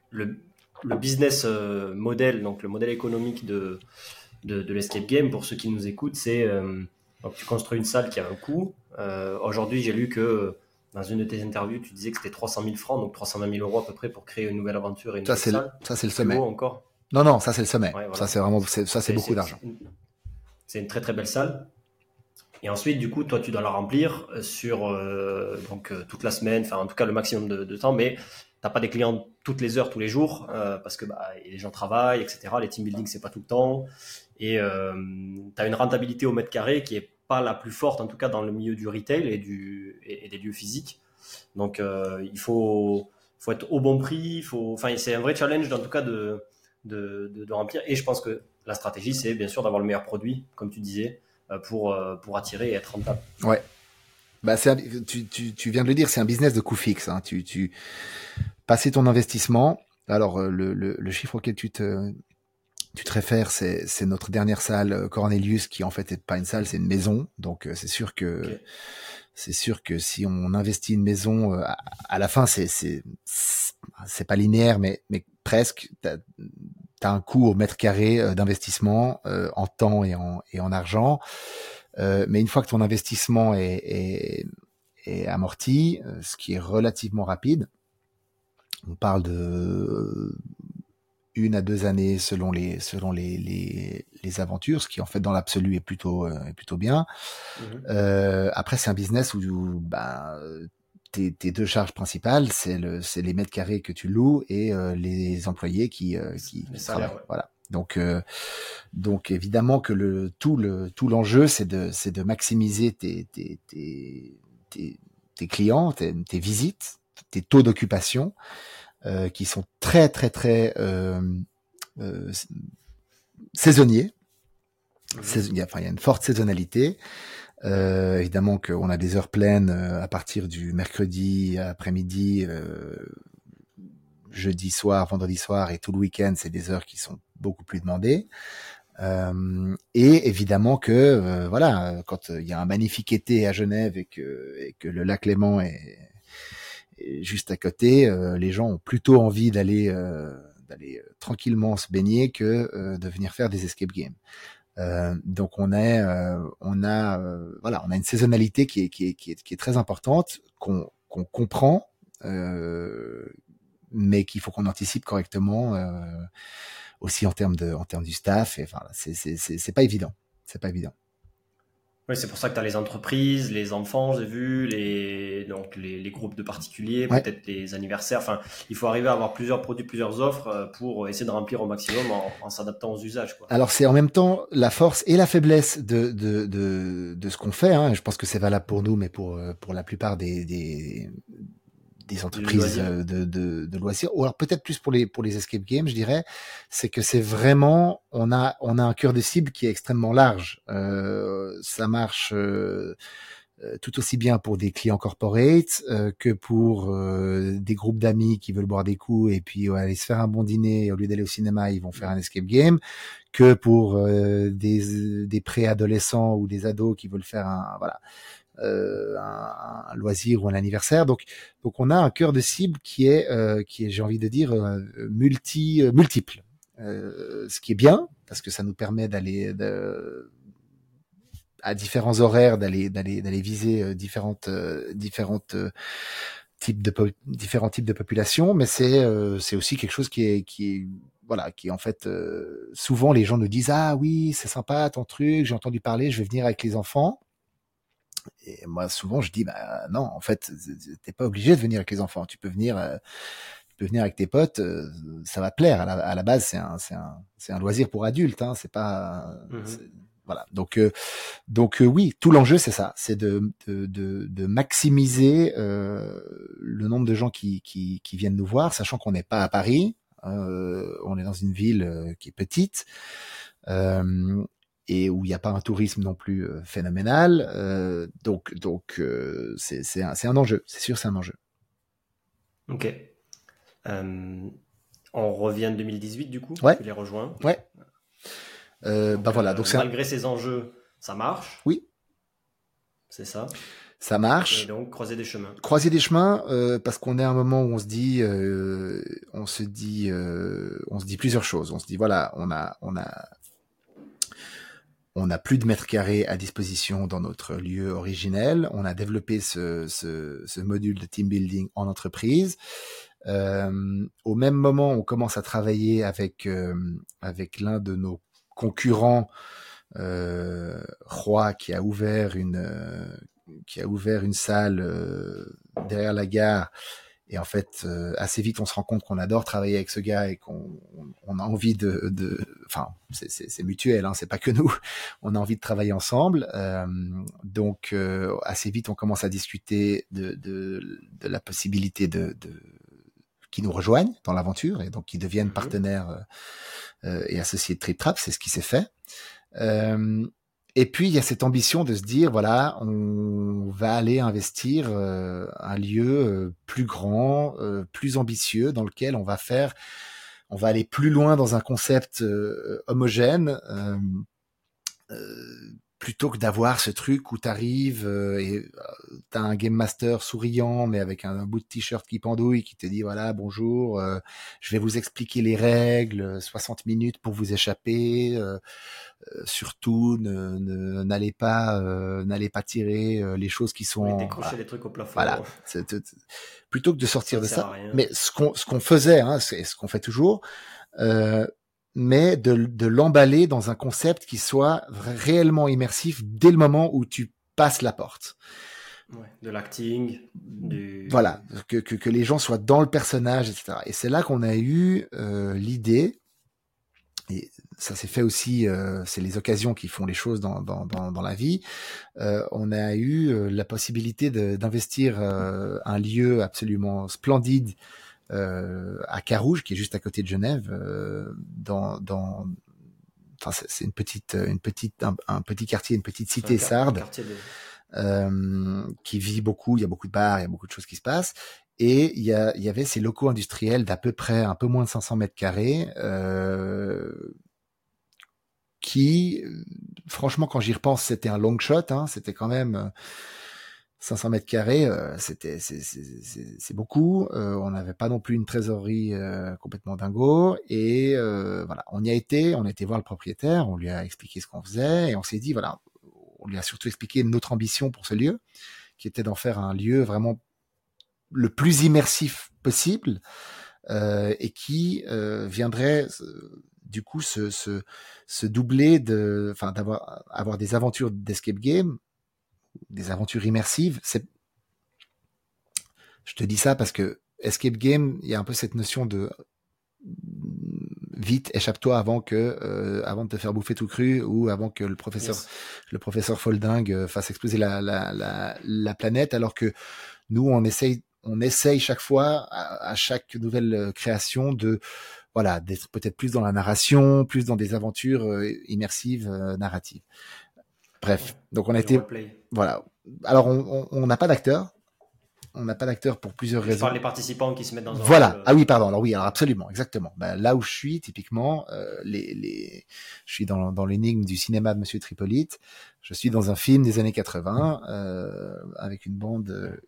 le, le business model, donc le modèle économique de l'escape game, pour ceux qui nous écoutent, c'est donc tu construis une salle qui a un coût. Aujourd'hui, j'ai lu que dans une de tes interviews, tu disais que c'était 300 000 francs, donc 320 000 euros à peu près pour créer une nouvelle aventure et une nouvelle salle. Ça, c'est le Plus sommet. haut encore. Non, ça, c'est le sommet. Ouais, Ça, voilà. c'est vraiment, c'est beaucoup d'argent. C'est une très très belle salle. Et ensuite, du coup, toi, tu dois la remplir sur toute la semaine, enfin en tout cas le maximum de temps, mais tu n'as pas des clients toutes les heures, tous les jours, parce que les gens travaillent, etc. Les team building, c'est pas tout le temps. Et tu as une rentabilité au mètre carré qui est pas la plus forte, en tout cas dans le milieu du retail et des lieux physiques. Donc, faut être au bon prix. C'est un vrai challenge, en tout cas, de remplir. Et je pense que la stratégie, c'est bien sûr d'avoir le meilleur produit, comme tu disais, pour attirer et être rentable. Ouais. Tu viens de le dire, c'est un business de coût fixe. Hein. Passer ton investissement. Alors, le chiffre auquel tu te réfères, c'est notre dernière salle Cornelius, qui en fait est pas une salle, c'est une maison. Donc, c'est sûr que si on investit une maison, à la fin, c'est pas linéaire, mais presque. T'as un coût au mètre carré d'investissement en temps et en argent. Mais une fois que ton investissement est amorti, ce qui est relativement rapide, on parle de 1 à 2 années selon les aventures, ce qui en fait dans l'absolu est plutôt bien. Après, c'est un business où tes 2 charges principales, c'est les mètres carrés que tu loues et les employés qui travaillent. Ouais. Voilà. Donc évidemment que tout l'enjeu, c'est de maximiser tes clients, tes visites, tes taux d'occupation, qui sont très très très saisonniers. Il y a une forte saisonnalité. Évidemment qu'on a des heures pleines à partir du mercredi après-midi, jeudi soir, vendredi soir, et tout le week-end, c'est des heures qui sont beaucoup plus demandées. Et évidemment que quand il y a un magnifique été à Genève et que le lac Léman est juste à côté, les gens ont plutôt envie d'aller tranquillement se baigner que de venir faire des escape games. Donc on a une saisonnalité qui est très importante, qu'on comprend, mais qu'il faut qu'on anticipe correctement, aussi en termes du staff. Et enfin, c'est pas évident. C'est pas évident. Oui, c'est pour ça que tu as les entreprises, les enfants, j'ai vu, les groupes de particuliers, Ouais. peut-être les anniversaires. Enfin, il faut arriver à avoir plusieurs produits, plusieurs offres pour essayer de remplir au maximum en s'adaptant aux usages, quoi. Alors, c'est en même temps la force et la faiblesse de ce qu'on fait. Hein. Je pense que c'est valable pour nous, mais pour la plupart des entreprises de loisirs, ou alors peut-être plus pour les escape games, je dirais, c'est que c'est vraiment, on a un cœur de cible qui est extrêmement large. Ça marche tout aussi bien pour des clients corporate que pour des groupes d'amis qui veulent boire des coups et puis aller se faire un bon dîner. Au lieu d'aller au cinéma, ils vont faire un escape game, que pour des préadolescents ou des ados qui veulent faire un loisir ou un anniversaire. Donc on a un cœur de cible qui est j'ai envie de dire multiple, ce qui est bien parce que ça nous permet d'aller à différents horaires d'aller viser différents types de populations, mais c'est aussi quelque chose qui est en fait souvent les gens nous disent ah oui c'est sympa ton truc, j'ai entendu parler, je vais venir avec les enfants. Et moi, souvent, je dis, non, en fait, t'es pas obligé de venir avec les enfants. Tu peux venir avec tes potes. Ça va te plaire. À la base, c'est un loisir pour adultes. Hein, c'est pas, voilà. Donc, oui, tout l'enjeu, c'est ça. C'est de maximiser le nombre de gens qui viennent nous voir, sachant qu'on n'est pas à Paris. On est dans une ville qui est petite. Et où il n'y a pas un tourisme non plus phénoménal. Donc c'est un enjeu, c'est sûr, c'est un enjeu. Ok. On revient de 2018 du coup, ouais. Tu les rejoins. Ouais. Donc, voilà. Donc malgré ces enjeux, ça marche. Oui. C'est ça. Ça Et marche. donc, croiser des chemins. Croiser des chemins, parce qu'on est à un moment où on se dit plusieurs choses. On se dit voilà, on a plus de mètres carrés à disposition dans notre lieu originel. On a développé ce module de team building en entreprise. Au même moment, on commence à travailler avec l'un de nos concurrents, Roi, qui a ouvert une salle derrière la gare. Et en fait, assez vite, on se rend compte qu'on adore travailler avec ce gars et qu'on a envie enfin, c'est mutuel, hein, c'est pas que nous. On a envie de travailler ensemble. Donc, assez vite, on commence à discuter de la possibilité qu'ils nous rejoignent dans l'aventure et donc qu'ils deviennent partenaires et associés de Trip Trap. C'est ce qui s'est fait. Et puis il y a cette ambition de se dire voilà, on va aller investir un lieu plus grand, plus ambitieux, dans lequel on va aller plus loin dans un concept homogène, plutôt que d'avoir ce truc où t'arrives et t'as un game master souriant mais avec un bout de t-shirt qui pendouille qui te dit voilà bonjour, je vais vous expliquer les règles, 60 minutes pour vous échapper. Surtout n'allez pas tirer les choses qui sont décrocher les trucs au plafond. Voilà, plutôt que de sortir de ça. Rien. Mais ce qu'on faisait, hein, c'est ce qu'on fait toujours, mais de l'emballer dans un concept qui soit réellement immersif dès le moment où tu passes la porte. Ouais, de l'acting, voilà, que les gens soient dans le personnage, etc. Et c'est là qu'on a eu l'idée. Et ça s'est fait aussi, c'est les occasions qui font les choses dans la vie. On a eu la possibilité d'investir un lieu absolument splendide à Carouge, qui est juste à côté de Genève, enfin c'est un petit quartier, une petite cité sarde, qui vit beaucoup. Il y a beaucoup de bars, il y a beaucoup de choses qui se passent. Et il y avait ces locaux industriels d'à peu près un peu moins de 500 mètres carrés, qui, franchement, quand j'y repense, c'était un long shot, hein, c'était quand même 500 mètres carrés, c'est beaucoup. On n'avait pas non plus une trésorerie complètement dingo. Et voilà, on y a été, on a été voir le propriétaire, on lui a expliqué ce qu'on faisait, et on s'est dit, voilà, on lui a surtout expliqué notre ambition pour ce lieu, qui était d'en faire un lieu vraiment le plus immersif possible, et qui viendrait du coup se doubler enfin avoir des aventures d'escape game, des aventures immersives. Je te dis ça parce que escape game, il y a un peu cette notion de vite, échappe-toi avant de te faire bouffer tout cru, ou avant que le professeur Folding fasse exploser la planète, alors que nous on essaye chaque fois, à chaque nouvelle création, d'être peut-être plus dans la narration, plus dans des aventures immersives, narratives. Bref, donc on a été, voilà. Alors on n'a pas d'acteur. On n'a pas d'acteur pour plusieurs raisons. Par les participants qui se mettent dans un voilà. rôle. Ah oui, pardon. Alors oui, alors absolument, exactement. Là où je suis, typiquement, je suis dans l'énigme du cinéma de Monsieur Tripolite. Je suis dans un film des années 80 avec une bande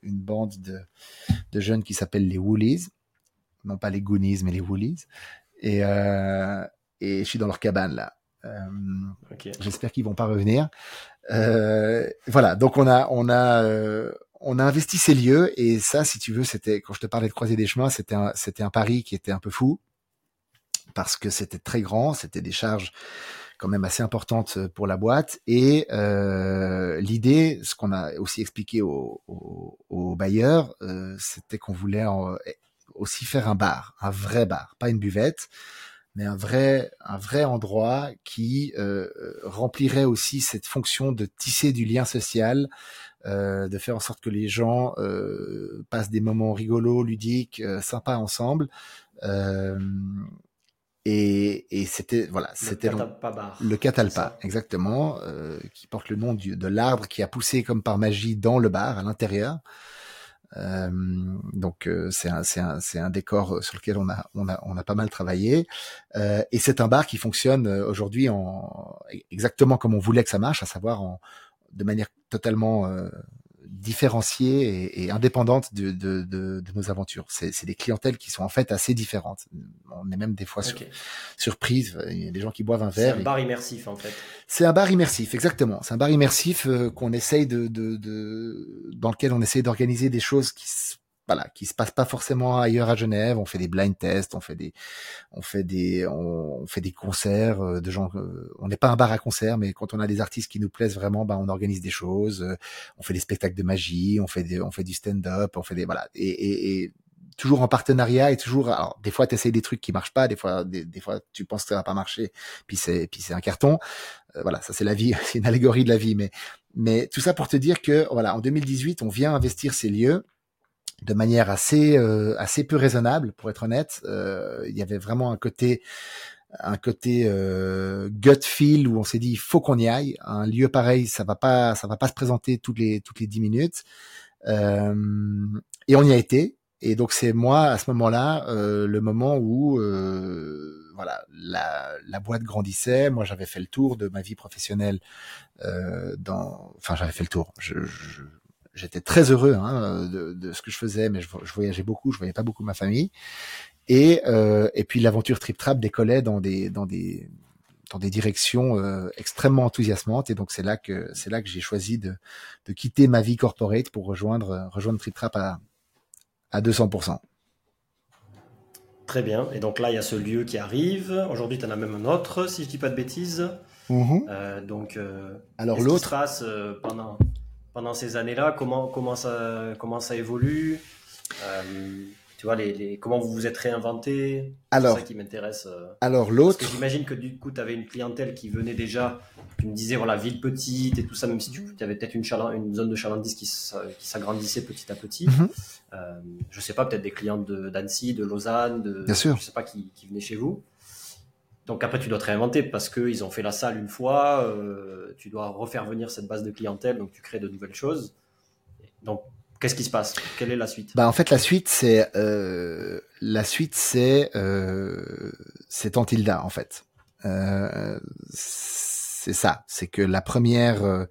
de jeunes qui s'appellent les Woolies, non pas les Goonies, mais les Woolies. Et je suis dans leur cabane là. Okay. J'espère qu'ils vont pas revenir. Voilà. Donc on a investi ces lieux, et ça, si tu veux, c'était, quand je te parlais de croiser des chemins, c'était un pari qui était un peu fou, parce que c'était très grand, c'était des charges quand même assez importantes pour la boîte, et l'idée, ce qu'on a aussi expliqué aux bailleurs, c'était qu'on voulait aussi faire un bar, un vrai bar, pas une buvette, mais un vrai endroit qui remplirait aussi cette fonction de tisser du lien social, de faire en sorte que les gens passent des moments rigolos, ludiques, sympas ensemble. Et c'était le Catalpa, exactement, qui porte le nom de l'arbre qui a poussé comme par magie dans le bar à l'intérieur. Donc c'est un décor sur lequel on a pas mal travaillé, et c'est un bar qui fonctionne aujourd'hui exactement comme on voulait que ça marche, à savoir de manière totalement différenciées et indépendantes de nos aventures. C'est des clientèles qui sont en fait assez différentes. On est même des fois surprises. Il y a des gens qui boivent un verre. C'est un bar immersif en fait. C'est un bar immersif, exactement. C'est un bar immersif qu'on essaye dans lequel on essaye d'organiser des choses qui se passent pas forcément ailleurs à Genève. On fait des blind tests, on fait des concerts de gens. On n'est pas un bar à concert, mais quand on a des artistes qui nous plaisent vraiment, on organise des choses. On fait des spectacles de magie, on fait du stand-up, on fait et toujours en partenariat et toujours. Alors des fois t'essayes des trucs qui marchent pas, des fois tu penses que ça va pas marcher, puis c'est un carton. Ça c'est la vie, c'est une allégorie de la vie, mais tout ça pour te dire que en 2018 on vient investir ces lieux de manière assez peu raisonnable, pour être honnête. Il y avait vraiment un côté gut feel où on s'est dit il faut qu'on y aille. Un lieu pareil, ça va pas se présenter toutes les 10 minutes. Et on y a été. Et donc c'est moi à ce moment-là le moment où la boîte grandissait. Moi j'avais fait le tour de ma vie professionnelle. J'avais fait le tour. J'étais très heureux de ce que je faisais, mais je voyageais beaucoup, je voyais pas beaucoup ma famille. Et puis l'aventure Trip Trap décollait dans des directions extrêmement enthousiasmantes. Et donc c'est là que j'ai choisi de quitter ma vie corporate pour rejoindre Trip Trap à 200%. Très bien. Et donc là, il y a ce lieu qui arrive. Aujourd'hui, tu en as même un autre, si je dis pas de bêtises. Alors qu'est-ce l'autre qui se passe pendant ces années-là, comment ça évolue, tu vois, comment vous vous êtes réinventé. C'est ça qui m'intéresse. Alors l'autre. Parce que j'imagine que du coup, tu avais une clientèle qui venait déjà. Tu me disais ville petite et tout ça, même si tu avais peut-être une zone de chalandise qui s'agrandissait petit à petit. Je sais pas, peut-être des clients d'Annecy, de Lausanne, Bien sûr. Je sais pas qui venaient chez vous. Donc après, tu dois te réinventer parce qu'ils ont fait la salle une fois, tu dois refaire venir cette base de clientèle, donc tu crées de nouvelles choses. Donc, qu'est-ce qui se passe ? Quelle est la suite ? En fait, la suite, c'est Tantilda, en fait. C'est ça. C'est que la première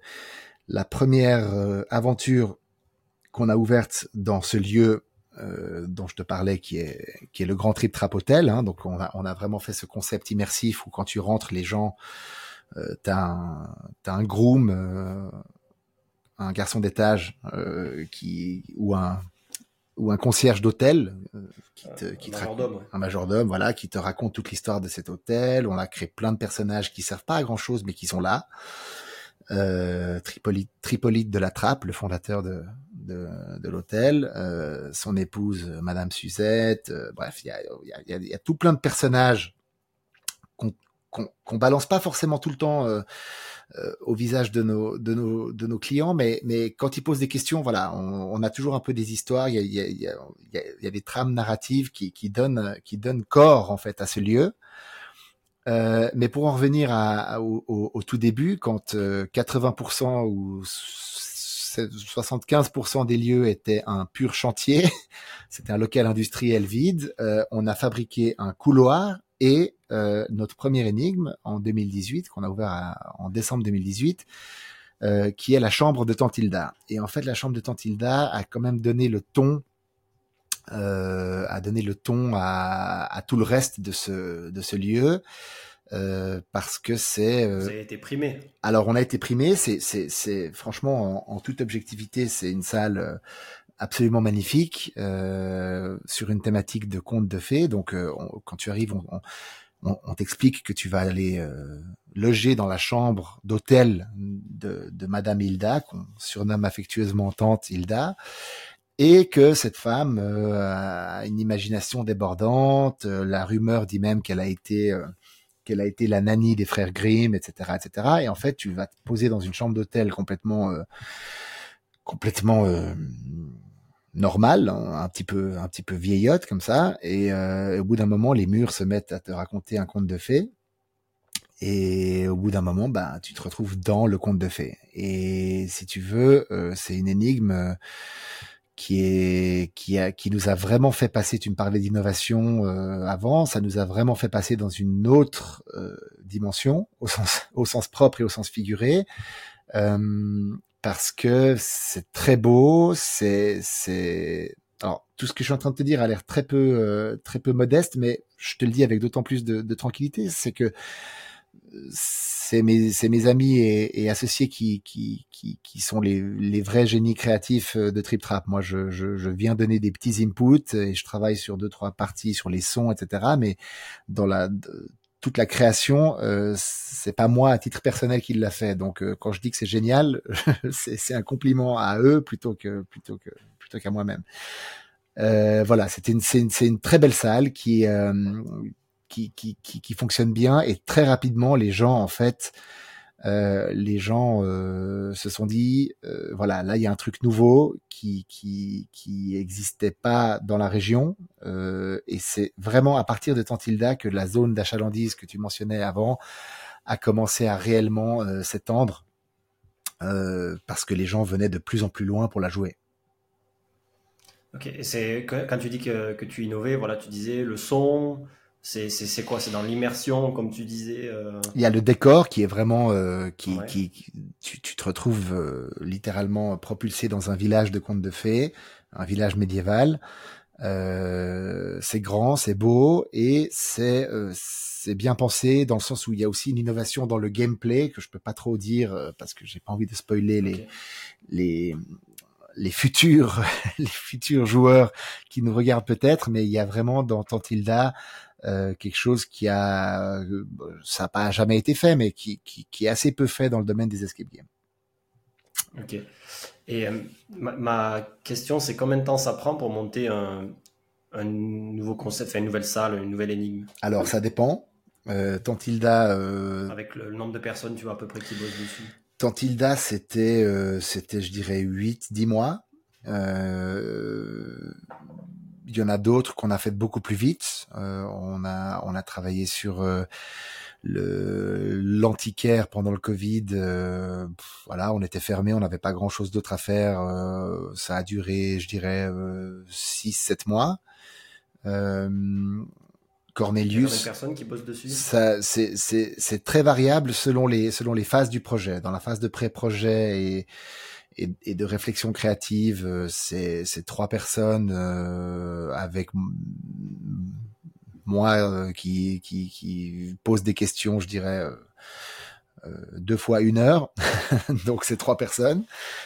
aventure qu'on a ouverte dans ce lieu dont je te parlais, qui est le Grand Trip Trap Hotel. Donc on a vraiment fait ce concept immersif où quand tu rentres, les gens, t'as un groom, un garçon d'étage ou un concierge d'hôtel un majordome, voilà, qui te raconte toute l'histoire de cet hôtel. On a créé plein de personnages qui servent pas à grand chose mais qui sont là. Tripolite de la Trappe, le fondateur de l'hôtel, son épouse Madame Suzette, bref, il y a tout plein de personnages qu'on balance pas forcément tout le temps au visage de nos clients, mais quand ils posent des questions, voilà, on a toujours un peu des histoires, il y a des trames narratives qui donnent corps en fait à ce lieu. Mais pour en revenir au tout début, quand 80% ou 75% des lieux étaient un pur chantier, c'était un local industriel vide, on a fabriqué un couloir et notre première énigme en 2018, qu'on a ouvert en décembre 2018, qui est la chambre de Tantilda. Et en fait, la chambre de Tantilda a quand même donné le ton à tout le reste de ce lieu. Parce que vous avez été primé. Alors on a été primé. C'est franchement en toute objectivité, c'est une salle absolument magnifique sur une thématique de conte de fées. Donc quand tu arrives, on t'explique que tu vas aller loger dans la chambre d'hôtel de Madame Hilda, qu'on surnomme affectueusement Tante Hilda. Et que cette femme a une imagination débordante. La rumeur dit même qu'elle a été la nanny des frères Grimm, etc., etc. Et en fait, tu vas te poser dans une chambre d'hôtel complètement normale, un petit peu vieillotte comme ça. Et au bout d'un moment, les murs se mettent à te raconter un conte de fées. Et au bout d'un moment, tu te retrouves dans le conte de fées. Et si tu veux, c'est une énigme qui nous a vraiment fait passer. Tu me parlais d'innovation avant, ça nous a vraiment fait passer dans une autre dimension, au sens propre et au sens figuré, parce que c'est très beau, alors tout ce que je suis en train de te dire a l'air très peu modeste, mais je te le dis avec d'autant plus de tranquillité, c'est que c'est mes amis et associés qui sont les vrais génies créatifs de Trip Trap. Moi, je viens donner des petits inputs et je travaille sur 2-3 parties sur les sons, etc. Mais dans toute la création, c'est pas moi à titre personnel qui l'a fait. Donc, quand je dis que c'est génial, c'est un compliment à eux plutôt qu'à moi-même. Voilà, c'est une très belle salle qui fonctionne bien et très rapidement les gens en fait se sont dit voilà, là il y a un truc nouveau qui existait pas dans la région et c'est vraiment à partir de Tantilda que la zone d'achalandise que tu mentionnais avant a commencé à réellement s'étendre parce que les gens venaient de plus en plus loin pour la jouer. Ok, et c'est quand tu dis que tu innovais, voilà, tu disais le son, c'est quoi? C'est dans l'immersion, comme tu disais. Il y a le décor qui est vraiment Ouais. tu te retrouves littéralement propulsé dans un village de contes de fées, un village médiéval. C'est grand, c'est beau et c'est bien pensé dans le sens où il y a aussi une innovation dans le gameplay que je peux pas trop dire parce que j'ai pas envie de spoiler Ok. les les futurs les futurs joueurs qui nous regardent peut-être, mais il y a vraiment dans Tantilda quelque chose ça n'a pas jamais été fait, mais qui est assez peu fait dans le domaine des escape games. Ok. Et ma question, c'est combien de temps ça prend pour monter un nouveau concept, enfin, une nouvelle salle, une nouvelle énigme? Alors ça dépend. Tantilda, Avec le nombre de personnes, tu vois, à peu près qui bossent dessus. Tantilda, c'était, je dirais, 8-10 mois. Il y en a d'autres qu'on a fait beaucoup plus vite. On a travaillé sur l'antiquaire pendant le Covid. Voilà, on était fermé, on n'avait pas grand-chose d'autre à faire. Ça a duré, je dirais, 6-7 mois. Il y a combien de Cornelius, personnes qui bossent dessus? c'est très variable selon les phases du projet. Dans la phase de pré-projet et de réflexion créative, c'est 3 personnes avec moi qui pose des questions, je dirais 2 fois 1 heure. Donc c'est 3 personnes.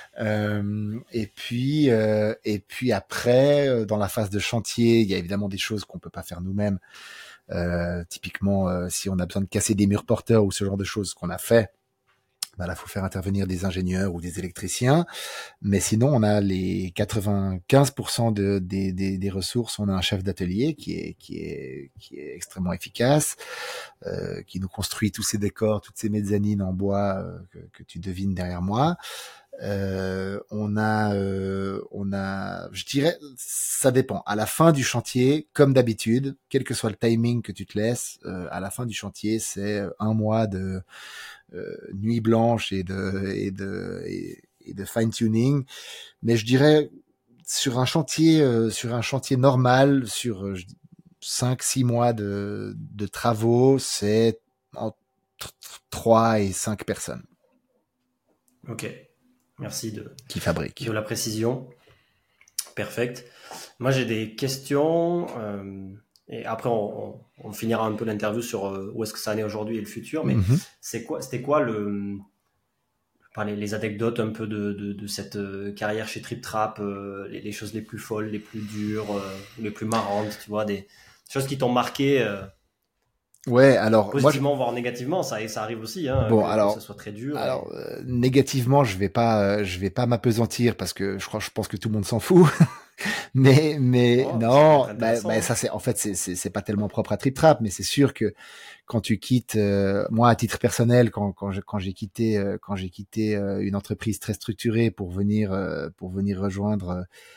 Et puis après, dans la phase de chantier, il y a évidemment des choses qu'on peut pas faire nous-mêmes. Typiquement, si on a besoin de casser des murs porteurs ou ce genre de choses qu'on a fait, bah là, faut faire intervenir des ingénieurs ou des électriciens. Mais sinon, on a les 95% des ressources. On a un chef d'atelier qui est extrêmement efficace, qui nous construit tous ces décors, toutes ces mezzanines en bois que tu devines derrière moi. Je dirais, ça dépend. À la fin du chantier, comme d'habitude, quel que soit le timing que tu te laisses, à la fin du chantier, c'est 1 mois de nuit blanche et de fine tuning. Mais je dirais sur un chantier normal, sur 5-6 mois de travaux, c'est entre 3 et 5 personnes Ok, merci qui fabriquent. de la précision. Perfect. Moi, j'ai des questions. Et après, on finira un peu l'interview sur où est-ce que ça en est aujourd'hui et le futur. Mais Mm-hmm. c'était quoi les anecdotes un peu de cette carrière chez Trip Trap, les choses les plus folles, les plus dures, les plus marrantes, tu vois, des choses qui t'ont marqué Ouais, alors moi, positivement, voire négativement. Ça arrive aussi, hein, bon, que ça soit très dur. négativement, je vais pas m'apesantir parce que je pense que tout le monde s'en fout. Mais Oh, ça peut être non, intéressant, hein. ça c'est en fait c'est pas tellement propre à Trip Trap, mais c'est sûr que quand tu quittes, moi à titre personnel, quand j'ai quitté une entreprise très structurée pour venir rejoindre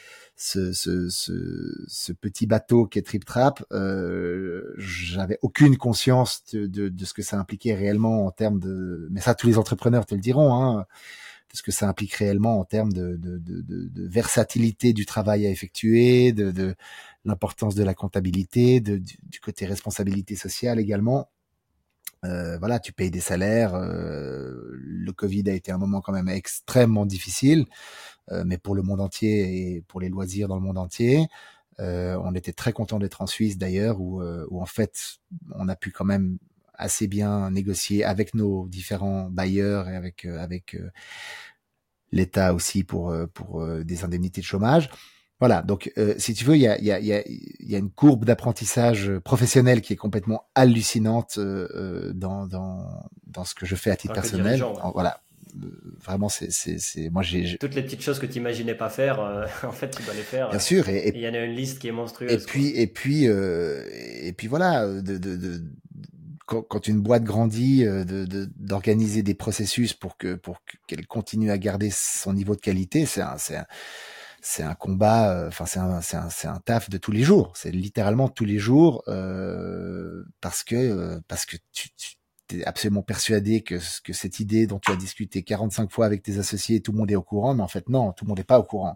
ce petit bateau qu'est Trip Trap, j'avais aucune conscience de ce que ça impliquait réellement en termes de, mais ça tous les entrepreneurs te le diront, hein, de ce que ça implique réellement en termes de versatilité du travail à effectuer, de l'importance de la comptabilité, du côté responsabilité sociale également. Voilà, tu payes des salaires, le Covid a été un moment quand même extrêmement difficile, mais pour le monde entier et pour les loisirs dans le monde entier. On était très content d'être en Suisse d'ailleurs, où en fait on a pu quand même assez bien négocier avec nos différents bailleurs et avec l'État aussi pour des indemnités de chômage. Voilà, donc si tu veux, il y a une courbe d'apprentissage professionnel qui est complètement hallucinante dans ce que je fais à titre personnel. Voilà, vraiment, c'est moi j'ai toutes les petites choses que tu imaginais pas faire, en fait, tu dois les faire. Bien sûr, et il y en a une liste qui est monstrueuse. Et puis voilà, quand une boîte grandit, d'organiser des processus pour qu'elle continue à garder son niveau de qualité, c'est un combat, enfin c'est un taf de tous les jours. C'est littéralement tous les jours, parce que tu t'es absolument persuadé que cette idée dont tu as discuté 45 fois avec tes associés, tout le monde est au courant, mais en fait non, tout le monde n'est pas au courant.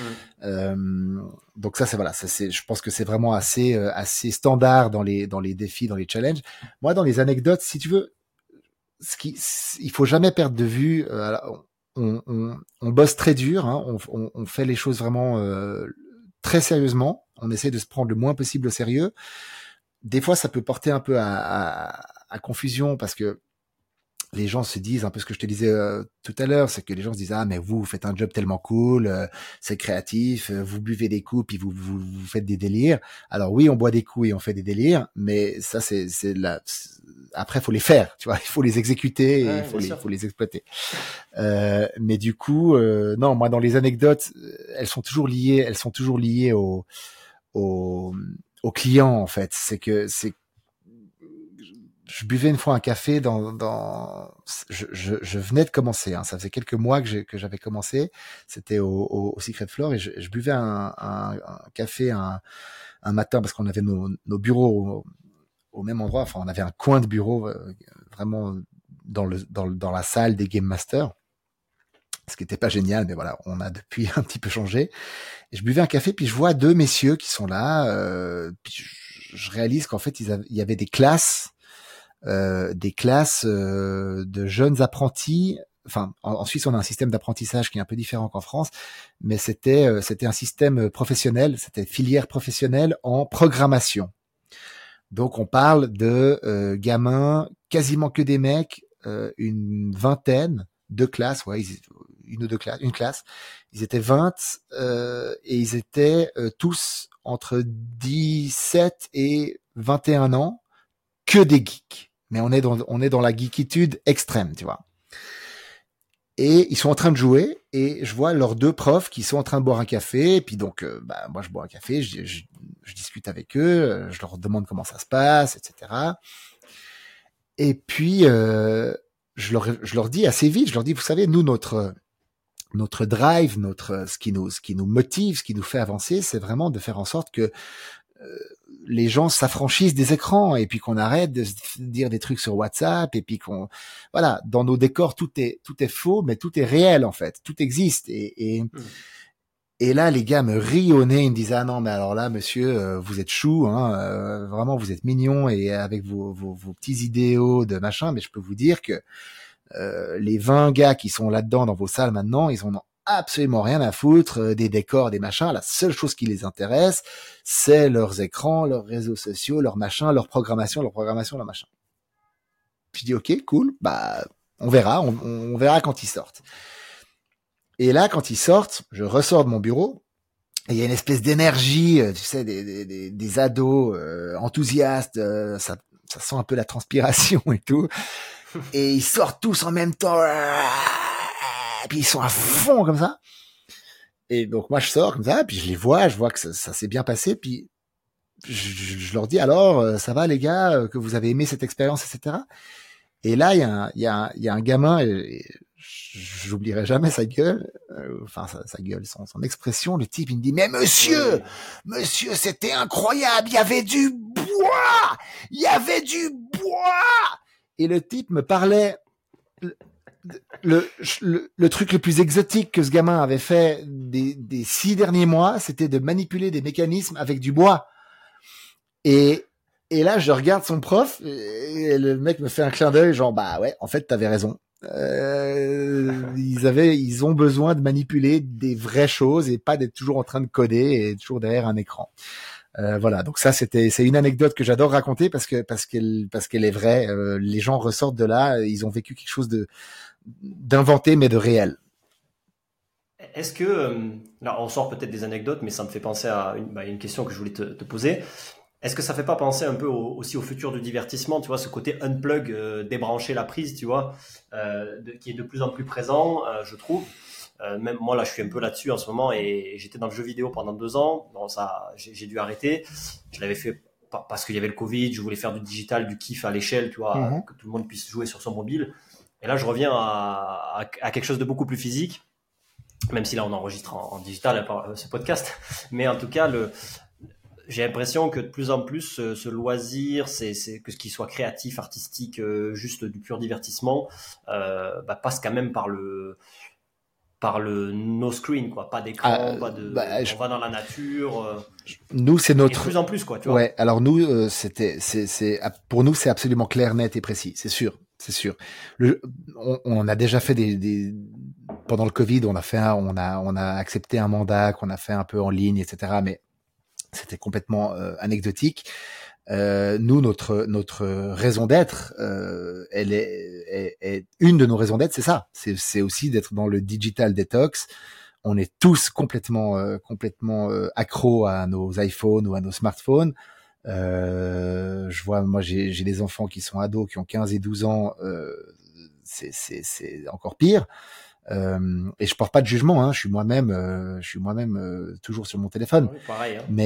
Donc ça c'est, je pense que c'est vraiment assez standard dans les défis, dans les challenges. Moi, dans les anecdotes, si tu veux, il faut jamais perdre de vue. On bosse très dur, hein, on fait les choses vraiment très sérieusement. On essaie de se prendre le moins possible au sérieux. Des fois, ça peut porter un peu à confusion parce que les gens se disent un peu ce que je te disais tout à l'heure, c'est que les gens se disent mais vous faites un job tellement cool, c'est créatif, vous buvez des coups puis vous faites des délires. Alors oui, on boit des coups et on fait des délires, mais ça après faut les faire, tu vois, il faut les exécuter et il faut les exploiter. Mais du coup, non, moi dans les anecdotes, elles sont toujours liées au client en fait. Je buvais une fois un café je venais de commencer, hein, ça faisait quelques mois que j'avais commencé, c'était au Secret Floor et je buvais un café un matin parce qu'on avait nos bureaux au même endroit, enfin on avait un coin de bureau vraiment dans la salle des Game Masters, ce qui était pas génial, mais voilà, on a depuis un petit peu changé. Et je buvais un café, puis je vois deux messieurs qui sont là, puis je réalise qu'en fait il y avait des classes de jeunes apprentis. Enfin, en Suisse, on a un système d'apprentissage qui est un peu différent qu'en France, mais c'était un système professionnel, c'était filière professionnelle en programmation. Donc, on parle de gamins, quasiment que des mecs, une vingtaine de classes, une classe. Ils étaient 20 et ils étaient tous entre 17 et 21 ans, que des geeks. Mais on est dans la geekitude extrême, tu vois. Et ils sont en train de jouer et je vois leurs deux profs qui sont en train de boire un café. Et puis donc, moi je bois un café, je discute avec eux, je leur demande comment ça se passe, etc. Et puis je leur dis assez vite, je leur dis, vous savez, nous notre drive, ce qui nous motive, ce qui nous fait avancer, c'est vraiment de faire en sorte que les gens s'affranchissent des écrans et puis qu'on arrête de se dire des trucs sur WhatsApp et puis voilà, dans nos décors tout est faux mais tout est réel en fait, tout existe et là les gars me rient au nez, ils me disent non mais alors là monsieur vous êtes chou hein, vraiment vous êtes mignon et avec vos petits idéaux de machin, mais je peux vous dire que les 20 gars qui sont là-dedans dans vos salles maintenant, ils en ont absolument rien à foutre des décors, des machins. La seule chose qui les intéresse, c'est leurs écrans, leurs réseaux sociaux, leurs machins, leur programmation, leur machin. Je dis ok, cool, on verra, on verra quand ils sortent. Et là, quand ils sortent, je ressors de mon bureau et il y a une espèce d'énergie, tu sais, des ados enthousiastes, ça sent un peu la transpiration et tout. Et ils sortent tous en même temps. Et puis ils sont à fond comme ça. Et donc moi je sors comme ça, puis je vois que ça s'est bien passé, puis je leur dis alors ça va les gars, que vous avez aimé cette expérience, etc. Et là il y a un gamin, et j'oublierai jamais sa gueule, sa gueule, son expression. Le type il me dit mais monsieur c'était incroyable, il y avait du bois. Et le type me parlait. Le truc le plus exotique que ce gamin avait fait des 6 derniers mois, c'était de manipuler des mécanismes avec du bois. Et là, je regarde son prof et le mec me fait un clin d'œil, genre ouais, en fait, t'avais raison. Ils ont besoin de manipuler des vraies choses et pas d'être toujours en train de coder et toujours derrière un écran. Voilà, donc ça c'est une anecdote que j'adore raconter parce qu'elle est vraie. Les gens ressortent de là, ils ont vécu quelque chose d'inventé mais de réel. Est-ce que, là on sort peut-être des anecdotes, mais ça me fait penser à une question que je voulais te poser. Est-ce que ça fait pas penser un peu aussi au futur du divertissement, tu vois, ce côté unplug, débrancher la prise, tu vois, qui est de plus en plus présent, je trouve. Même moi là, je suis un peu là-dessus en ce moment et j'étais dans le jeu vidéo pendant 2 ans. Bon, ça, j'ai dû arrêter. Je l'avais fait parce qu'il y avait le Covid. Je voulais faire du digital, du kiff à l'échelle, tu vois, Mm-hmm. que tout le monde puisse jouer sur son mobile. Et là, je reviens à quelque chose de beaucoup plus physique, même si là on enregistre en digital ce podcast. Mais en tout cas, j'ai l'impression que de plus en plus ce loisir, que ce qui soit créatif, artistique, juste du pur divertissement, passe quand même par le no screen, quoi, pas d'écran, on va dans la nature, Nous c'est et de notre plus en plus, quoi, tu vois. ouais. Alors nous pour nous c'est absolument clair, net et précis. C'est sûr, c'est sûr. On a déjà fait pendant le Covid, on a accepté un mandat qu'on a fait un peu en ligne, etc. Mais c'était complètement anecdotique. Nous, notre raison d'être, elle est une de nos raisons d'être, c'est ça. C'est aussi d'être dans le digital detox. On est tous complètement accros à nos iPhones ou à nos smartphones. Je vois, moi, j'ai des enfants qui sont ados, qui ont 15 et 12 ans. C'est encore pire. Et je porte pas de jugement, hein. Je suis moi-même toujours sur mon téléphone. Oui, pareil, hein.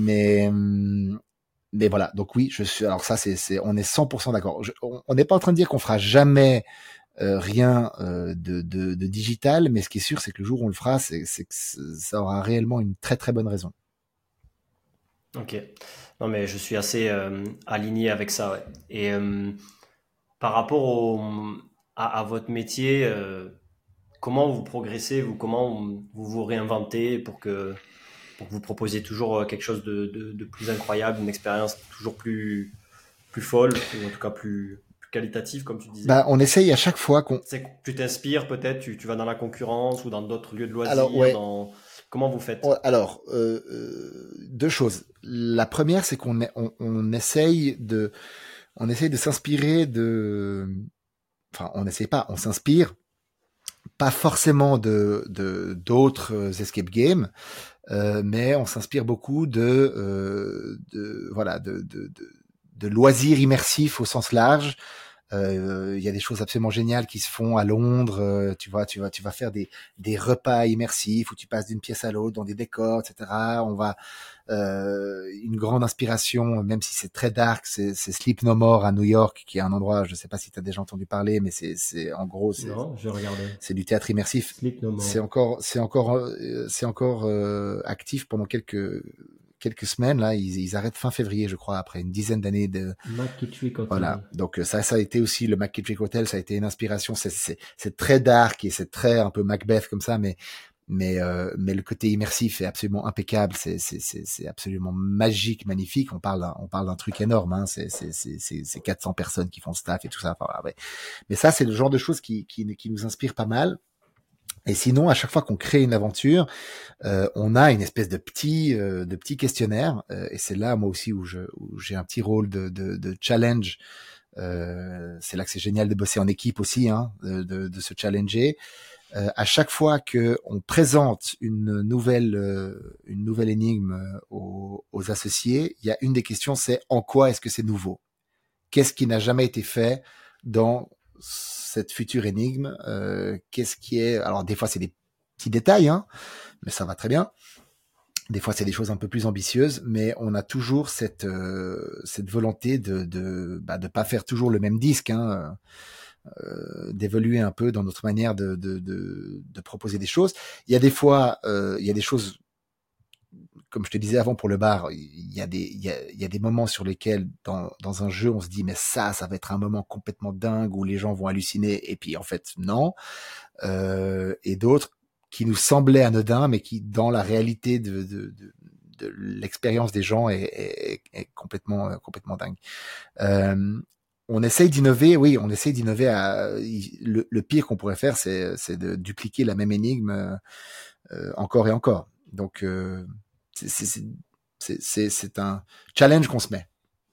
Mais voilà. Donc oui, je suis. Alors ça, on est 100% d'accord. On n'est pas en train de dire qu'on fera jamais rien de digital, mais ce qui est sûr, c'est que le jour où on le fera, c'est que ça aura réellement une très très bonne raison. Ok. Non, mais je suis assez aligné avec ça, ouais. Et par rapport à votre métier, comment vous progressez, comment vous vous réinventez pour que vous proposiez toujours quelque chose de plus incroyable, une expérience toujours plus folle, ou en tout cas plus qualitative, comme tu disais. Bah, on essaye à chaque fois qu'on. C'est que tu t'inspires peut-être, tu vas dans la concurrence ou dans d'autres lieux de Alors loisirs, ouais. Comment vous faites? Ouais, alors, deux choses. La première, c'est on essaye de s'inspirer enfin, on n'essaye pas, on s'inspire pas forcément de d'autres escape games, mais on s'inspire beaucoup voilà, de loisirs immersifs au sens large. Il y a des choses absolument géniales qui se font à Londres. Tu vas faire des repas immersifs où tu passes d'une pièce à l'autre dans des décors, etc. Une grande inspiration, même si c'est très dark, c'est Sleep No More à New York, qui est un endroit, je sais pas si tu as déjà entendu parler, mais en gros, Non, je regardais. c'est du théâtre immersif. Sleep No C'est More. encore actif pendant quelques semaines. Là, ils arrêtent fin février, je crois, après une dizaine d'années de. McKittrick Voilà. Hotel. Donc ça a été aussi le McKittrick Hotel, ça a été une inspiration. C'est très dark et c'est très un peu Macbeth comme ça, mais le côté immersif est absolument impeccable. C'est absolument magique, magnifique. On parle d'un truc énorme. Hein. C'est 400 personnes qui font le staff et tout ça. Enfin, voilà, ouais. Mais ça, c'est le genre de choses qui nous inspire pas mal. Et sinon, à chaque fois qu'on crée une aventure, on a une espèce de petit questionnaire. Et c'est là, moi aussi, où j'ai un petit rôle de challenge. C'est là que c'est génial de bosser en équipe aussi, hein, de se challenger. À chaque fois que on présente une nouvelle énigme aux associés, il y a une des questions, c'est en quoi est-ce que c'est nouveau? Qu'est-ce qui n'a jamais été fait dans cette future énigme? Qu'est-ce qui est... Alors des fois c'est des petits détails, hein, mais ça va très bien. Des fois c'est des choses un peu plus ambitieuses, mais on a toujours cette volonté de pas faire toujours le même disque, hein. D'évoluer un peu dans notre manière de proposer des choses. Il y a des fois, il y a des choses, comme je te disais avant pour le bar, il y a des moments sur lesquels dans un jeu on se dit mais ça va être un moment complètement dingue où les gens vont halluciner et puis en fait non. Et d'autres qui nous semblaient anodins mais qui dans la réalité de l'expérience des gens est complètement dingue. on essaye d'innover. Oui, on essaye d'innover. Le pire qu'on pourrait faire, c'est de dupliquer la même énigme encore et encore. Donc, c'est un challenge qu'on se met.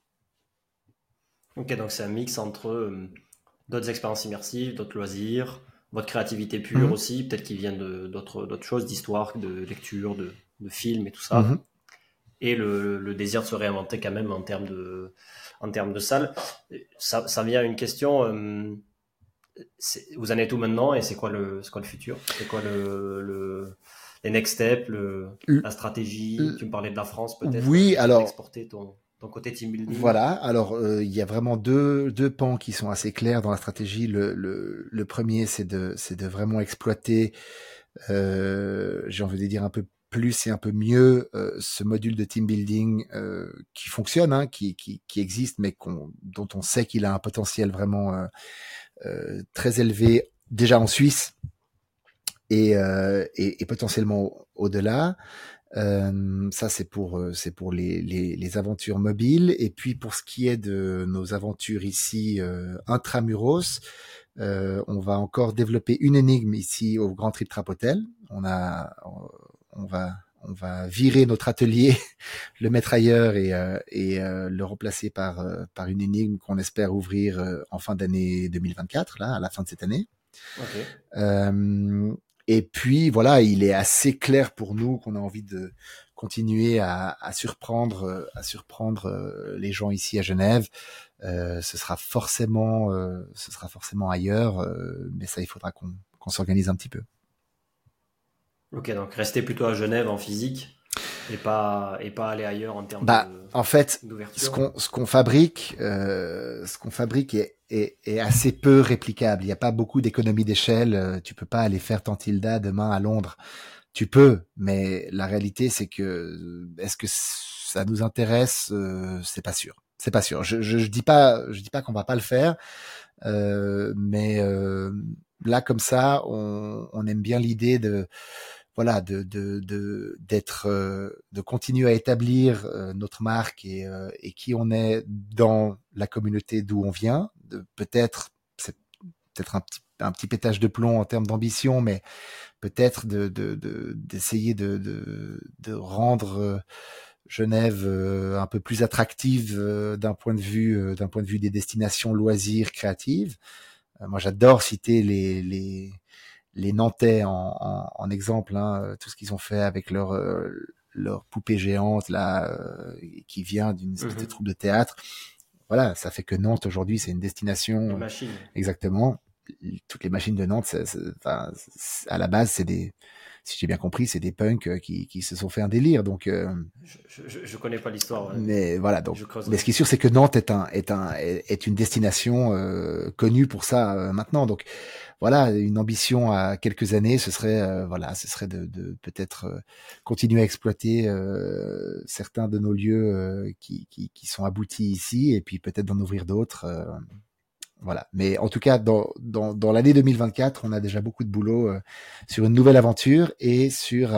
Ok, donc c'est un mix entre d'autres expériences immersives, d'autres loisirs, votre créativité pure aussi, peut-être qui vient d'autres choses, d'histoire, de lecture, de films et tout ça, et le désir de se réinventer quand même en termes de salle. Ça vient à une question, vous en êtes où maintenant et c'est quoi le futur? C'est quoi les next steps, la stratégie? Tu me parlais de la France peut-être, Oui, alors exporter ton côté team building. voilà. Alors il y a vraiment deux pans qui sont assez clairs dans la stratégie. Le premier, c'est de vraiment exploiter, j'ai envie de dire un peu plus et un peu mieux ce module de team building qui fonctionne, hein, qui existe, mais dont on sait qu'il a un potentiel vraiment très élevé déjà en Suisse et potentiellement au-delà. Ça c'est pour les aventures mobiles. Et puis pour ce qui est de nos aventures ici intramuros, on va encore développer une énigme ici au Grand Trip Trap Hotel. On va virer notre atelier, le mettre ailleurs et le remplacer par une énigme qu'on espère ouvrir en fin d'année 2024, là, à la fin de cette année. Okay. Et puis voilà, il est assez clair pour nous qu'on a envie de continuer à surprendre les gens ici à Genève. Ce sera forcément ailleurs, mais ça, il faudra qu'on s'organise un petit peu. Ok, donc rester plutôt à Genève en physique et pas aller ailleurs en termes en fait, d'ouverture. ce qu'on fabrique est assez peu réplicable. Il n'y a pas beaucoup d'économies d'échelle. Tu peux pas aller faire Tantilda demain à Londres. Tu peux, mais la réalité, c'est que est-ce que ça nous intéresse? C'est pas sûr. C'est pas sûr. Je dis pas qu'on va pas le faire, mais là comme ça, on aime bien l'idée de voilà de continuer à établir notre marque et qui on est dans la communauté d'où on vient. C'est peut-être un petit pétage de plomb en termes d'ambition, mais peut-être d'essayer de rendre Genève un peu plus attractive d'un point de vue des destinations loisirs créatives. Moi, j'adore citer les Nantais en exemple, hein, tout ce qu'ils ont fait avec leur poupée géante là, qui vient d'une espèce de troupe de théâtre. Voilà, ça fait que Nantes aujourd'hui c'est une destination. Une machine. Exactement. Toutes les machines de Nantes, à la base, si j'ai bien compris, c'est des punks qui se sont fait un délire. Donc, je connais pas l'histoire. Ouais, mais voilà. Donc, mais ce qui est sûr, c'est que Nantes est une destination connue pour ça maintenant. Donc, voilà, une ambition à quelques années, ce serait de peut-être continuer à exploiter certains de nos lieux qui sont aboutis ici, et puis peut-être d'en ouvrir d'autres. Voilà. Mais en tout cas, dans l'année 2024, on a déjà beaucoup de boulot sur une nouvelle aventure et sur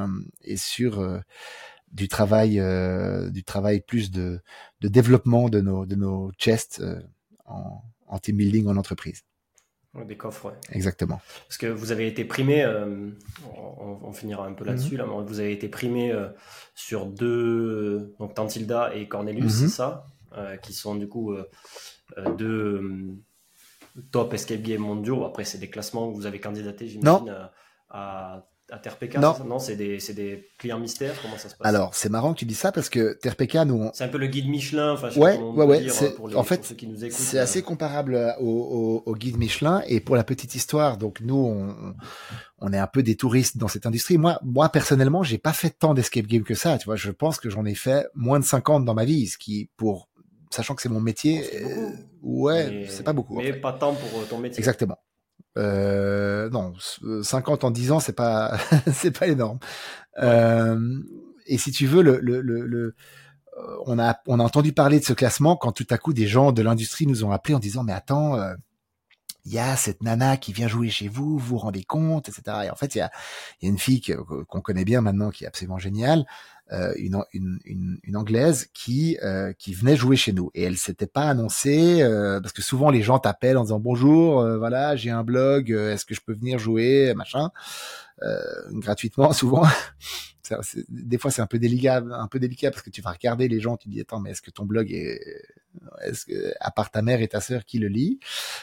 du travail plus de développement de nos chests en team building en entreprise. Des coffres, ouais. Exactement. Parce que vous avez été primé, on finira un peu là-dessus, là, mais vous avez été primé sur deux, donc Tantilda et Cornelius, c'est ça, qui sont du coup deux top escape game mondiaux. Après, c'est des classements que vous avez candidaté, j'imagine, à TRPK. Non, c'est des clients mystères. Comment ça se passe? Alors, c'est marrant que tu dis ça parce que TRPK, nous, c'est un peu le guide Michelin. Enfin, ouais. Pour ceux qui nous écoutent. C'est assez comparable au guide Michelin. Et pour la petite histoire, donc nous, on est un peu des touristes dans cette industrie. Moi, personnellement, j'ai pas fait tant d'escape game que ça. Tu vois, je pense que j'en ai fait moins de 50 dans ma vie, ce qui, sachant que c'est mon métier, c'est pas beaucoup. Mais en fait, pas tant pour ton métier. Exactement. Non, 50 en 10 ans, c'est pas, c'est pas énorme. Ouais. Et si tu veux, on a entendu parler de ce classement quand tout à coup des gens de l'industrie nous ont appelés en disant mais attends, il y a cette nana qui vient jouer chez vous, vous vous rendez compte, etc. Et en fait, il y a une fille qu'on connaît bien maintenant qui est absolument géniale, une anglaise qui venait jouer chez nous, et elle s'était pas annoncée parce que souvent les gens t'appellent en disant bonjour, voilà, j'ai un blog, est-ce que je peux venir jouer, machin, gratuitement souvent. Des fois c'est un peu délicat parce que tu vas regarder les gens, tu te dis attends, mais est-ce que ton blog est-ce que à part ta mère et ta sœur qui le lit,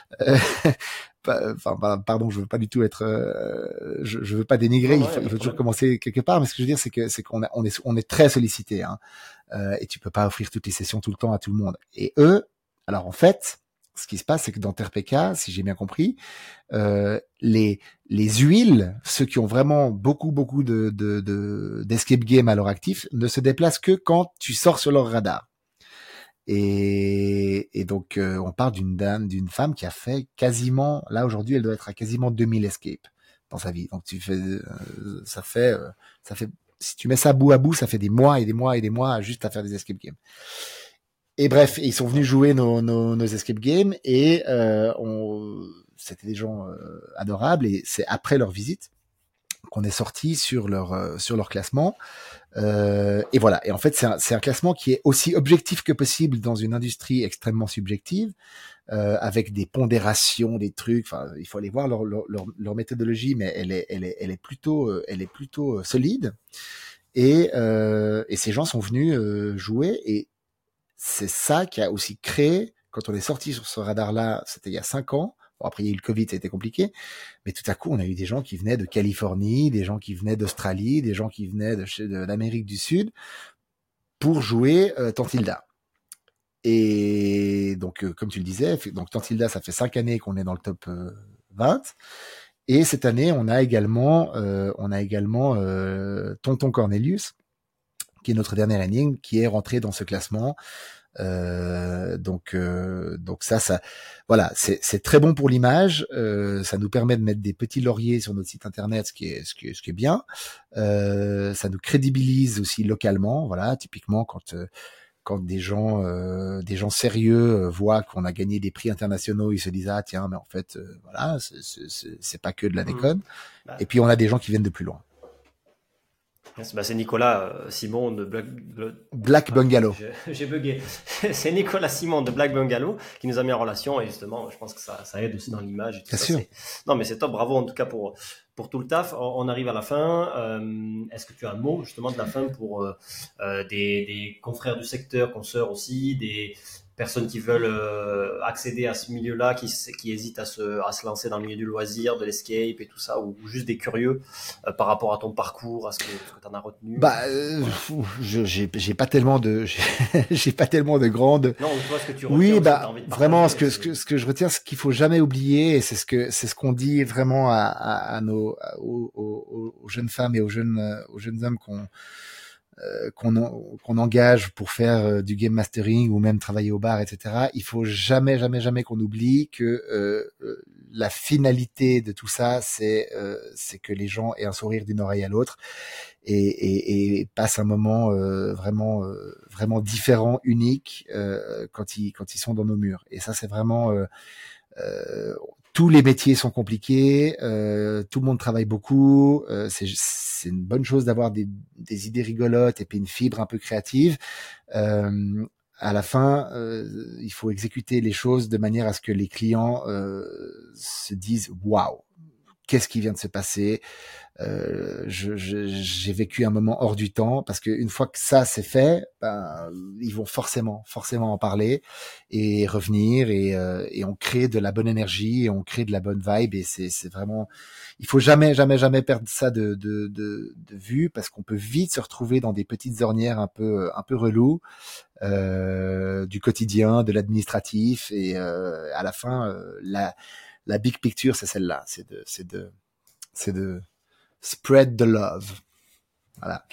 pardon, je veux pas du tout être, je veux pas dénigrer. Non, Il faut toujours commencer quelque part, mais ce que je veux dire, c'est qu'on est très sollicité, hein, et tu peux pas offrir toutes les sessions tout le temps à tout le monde. Et eux, alors en fait, ce qui se passe, c'est que dans TerPK, si j'ai bien compris, les huiles, ceux qui ont vraiment beaucoup d'escape game à leur actif, ne se déplacent que quand tu sors sur leur radar. Et donc on parle d'une femme qui a fait quasiment, là aujourd'hui elle doit être à quasiment 2000 escapes dans sa vie. Donc ça fait si tu mets ça bout à bout, ça fait des mois et des mois et des mois juste à faire des escape games. Et bref, ils sont venus jouer nos escape games, et c'était des gens adorables, et c'est après leur visite qu'on est sorti sur leur classement. Et voilà. Et en fait, c'est un classement qui est aussi objectif que possible dans une industrie extrêmement subjective, avec des pondérations, des trucs. Enfin, il faut aller voir leur méthodologie, mais elle est plutôt solide. Et ces gens sont venus jouer, et c'est ça qui a aussi créé, quand on est sorti sur ce radar-là, c'était il y a 5 ans. Bon, après, il y a eu le Covid, ça a été compliqué. Mais tout à coup, on a eu des gens qui venaient de Californie, des gens qui venaient d'Australie, des gens qui venaient de l'Amérique du Sud pour jouer Tantilda. Et donc, comme tu le disais, donc Tantilda, ça fait 5 années qu'on est dans le top 20. Et cette année, on a également Tonton Cornelius, qui est notre dernière énigme, qui est rentré dans ce classement. Donc ça, voilà, c'est très bon pour l'image. Ça nous permet de mettre des petits lauriers sur notre site internet, ce qui est bien. Ça nous crédibilise aussi localement. Voilà, typiquement quand des gens sérieux voient qu'on a gagné des prix internationaux, ils se disent ah tiens, mais en fait voilà, c'est pas que de la déconne. Et puis on a des gens qui viennent de plus loin. C'est Nicolas Simon de Black Bungalow. J'ai bugué. C'est Nicolas Simon de Black Bungalow qui nous a mis en relation, et justement, je pense que ça aide aussi dans l'image. Et tout Bien ça. sûr. Non, mais c'est top. Bravo en tout cas pour tout le taf. On arrive à la fin. Est-ce que tu as un mot justement de la fin pour des confrères du secteur, consoeurs aussi, des personnes qui veulent accéder à ce milieu-là, qui hésitent à se lancer dans le milieu du loisir, de l'escape et tout ça, ou juste des curieux par rapport à ton parcours, à ce que tu en as retenu? J'ai pas tellement de j'ai pas tellement de grandes. Non, toi, ce que tu retiens, oui, vraiment, ce que je retiens, ce qu'il faut jamais oublier, et c'est ce qu'on dit vraiment aux jeunes femmes et aux jeunes hommes qu'on engage pour faire du game mastering ou même travailler au bar, etc. Il faut jamais qu'on oublie que la finalité de tout ça, c'est que les gens aient un sourire d'une oreille à l'autre et passent un moment vraiment différent, unique quand ils sont dans nos murs. Et ça, c'est vraiment tous les métiers sont compliqués, tout le monde travaille beaucoup, c'est une bonne chose d'avoir des idées rigolotes et puis une fibre un peu créative. À la fin, il faut exécuter les choses de manière à ce que les clients se disent waouh, qu'est-ce qui vient de se passer? J'ai vécu un moment hors du temps, parce qu'une fois que ça c'est fait, ils vont forcément en parler et revenir, et on crée de la bonne énergie et on crée de la bonne vibe, et c'est vraiment, il faut jamais perdre ça de vue, parce qu'on peut vite se retrouver dans des petites ornières un peu relous du quotidien, de l'administratif, et à la fin la big picture, c'est celle-là, c'est de spread the love. Voilà.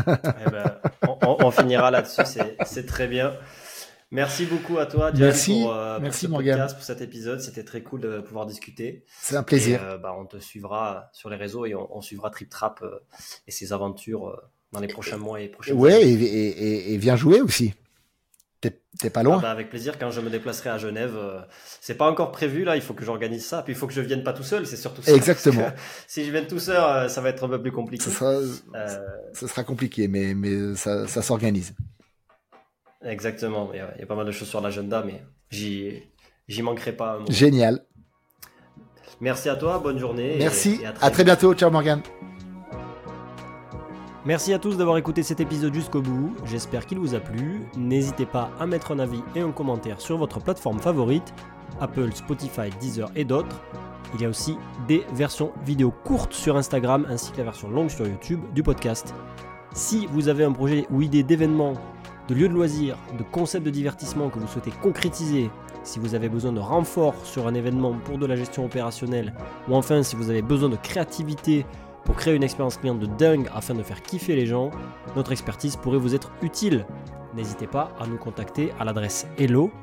On finira là-dessus, c'est très bien. Merci beaucoup à toi, Diane, pour ce podcast, pour cet épisode. C'était très cool de pouvoir discuter. C'est un plaisir. Et, on te suivra sur les réseaux, et on suivra Trip Trap et ses aventures dans les prochains mois et prochaines années. Et viens jouer aussi. T'es pas loin? Avec plaisir, quand je me déplacerai à Genève. C'est pas encore prévu, là, il faut que j'organise ça. Puis il faut que je vienne pas tout seul, c'est surtout ça. Exactement. Si je viens tout seul, ça va être un peu plus compliqué. Ça sera compliqué, mais ça s'organise. Exactement, il y a pas mal de choses sur l'agenda, mais j'y manquerai pas un moment. Génial. Merci à toi, bonne journée. Merci, et à très bientôt. Ciao Morgane. Merci à tous d'avoir écouté cet épisode jusqu'au bout, j'espère qu'il vous a plu. N'hésitez pas à mettre un avis et un commentaire sur votre plateforme favorite, Apple, Spotify, Deezer et d'autres. Il y a aussi des versions vidéo courtes sur Instagram ainsi que la version longue sur YouTube du podcast. Si vous avez un projet ou idée d'événement, de lieu de loisirs, de concept de divertissement que vous souhaitez concrétiser, si vous avez besoin de renfort sur un événement pour de la gestion opérationnelle, ou enfin si vous avez besoin de créativité pour créer une expérience client de dingue afin de faire kiffer les gens, notre expertise pourrait vous être utile. N'hésitez pas à nous contacter à l'adresse hello,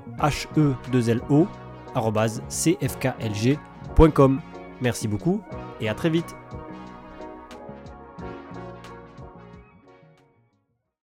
@cfklg.com. Merci beaucoup et à très vite.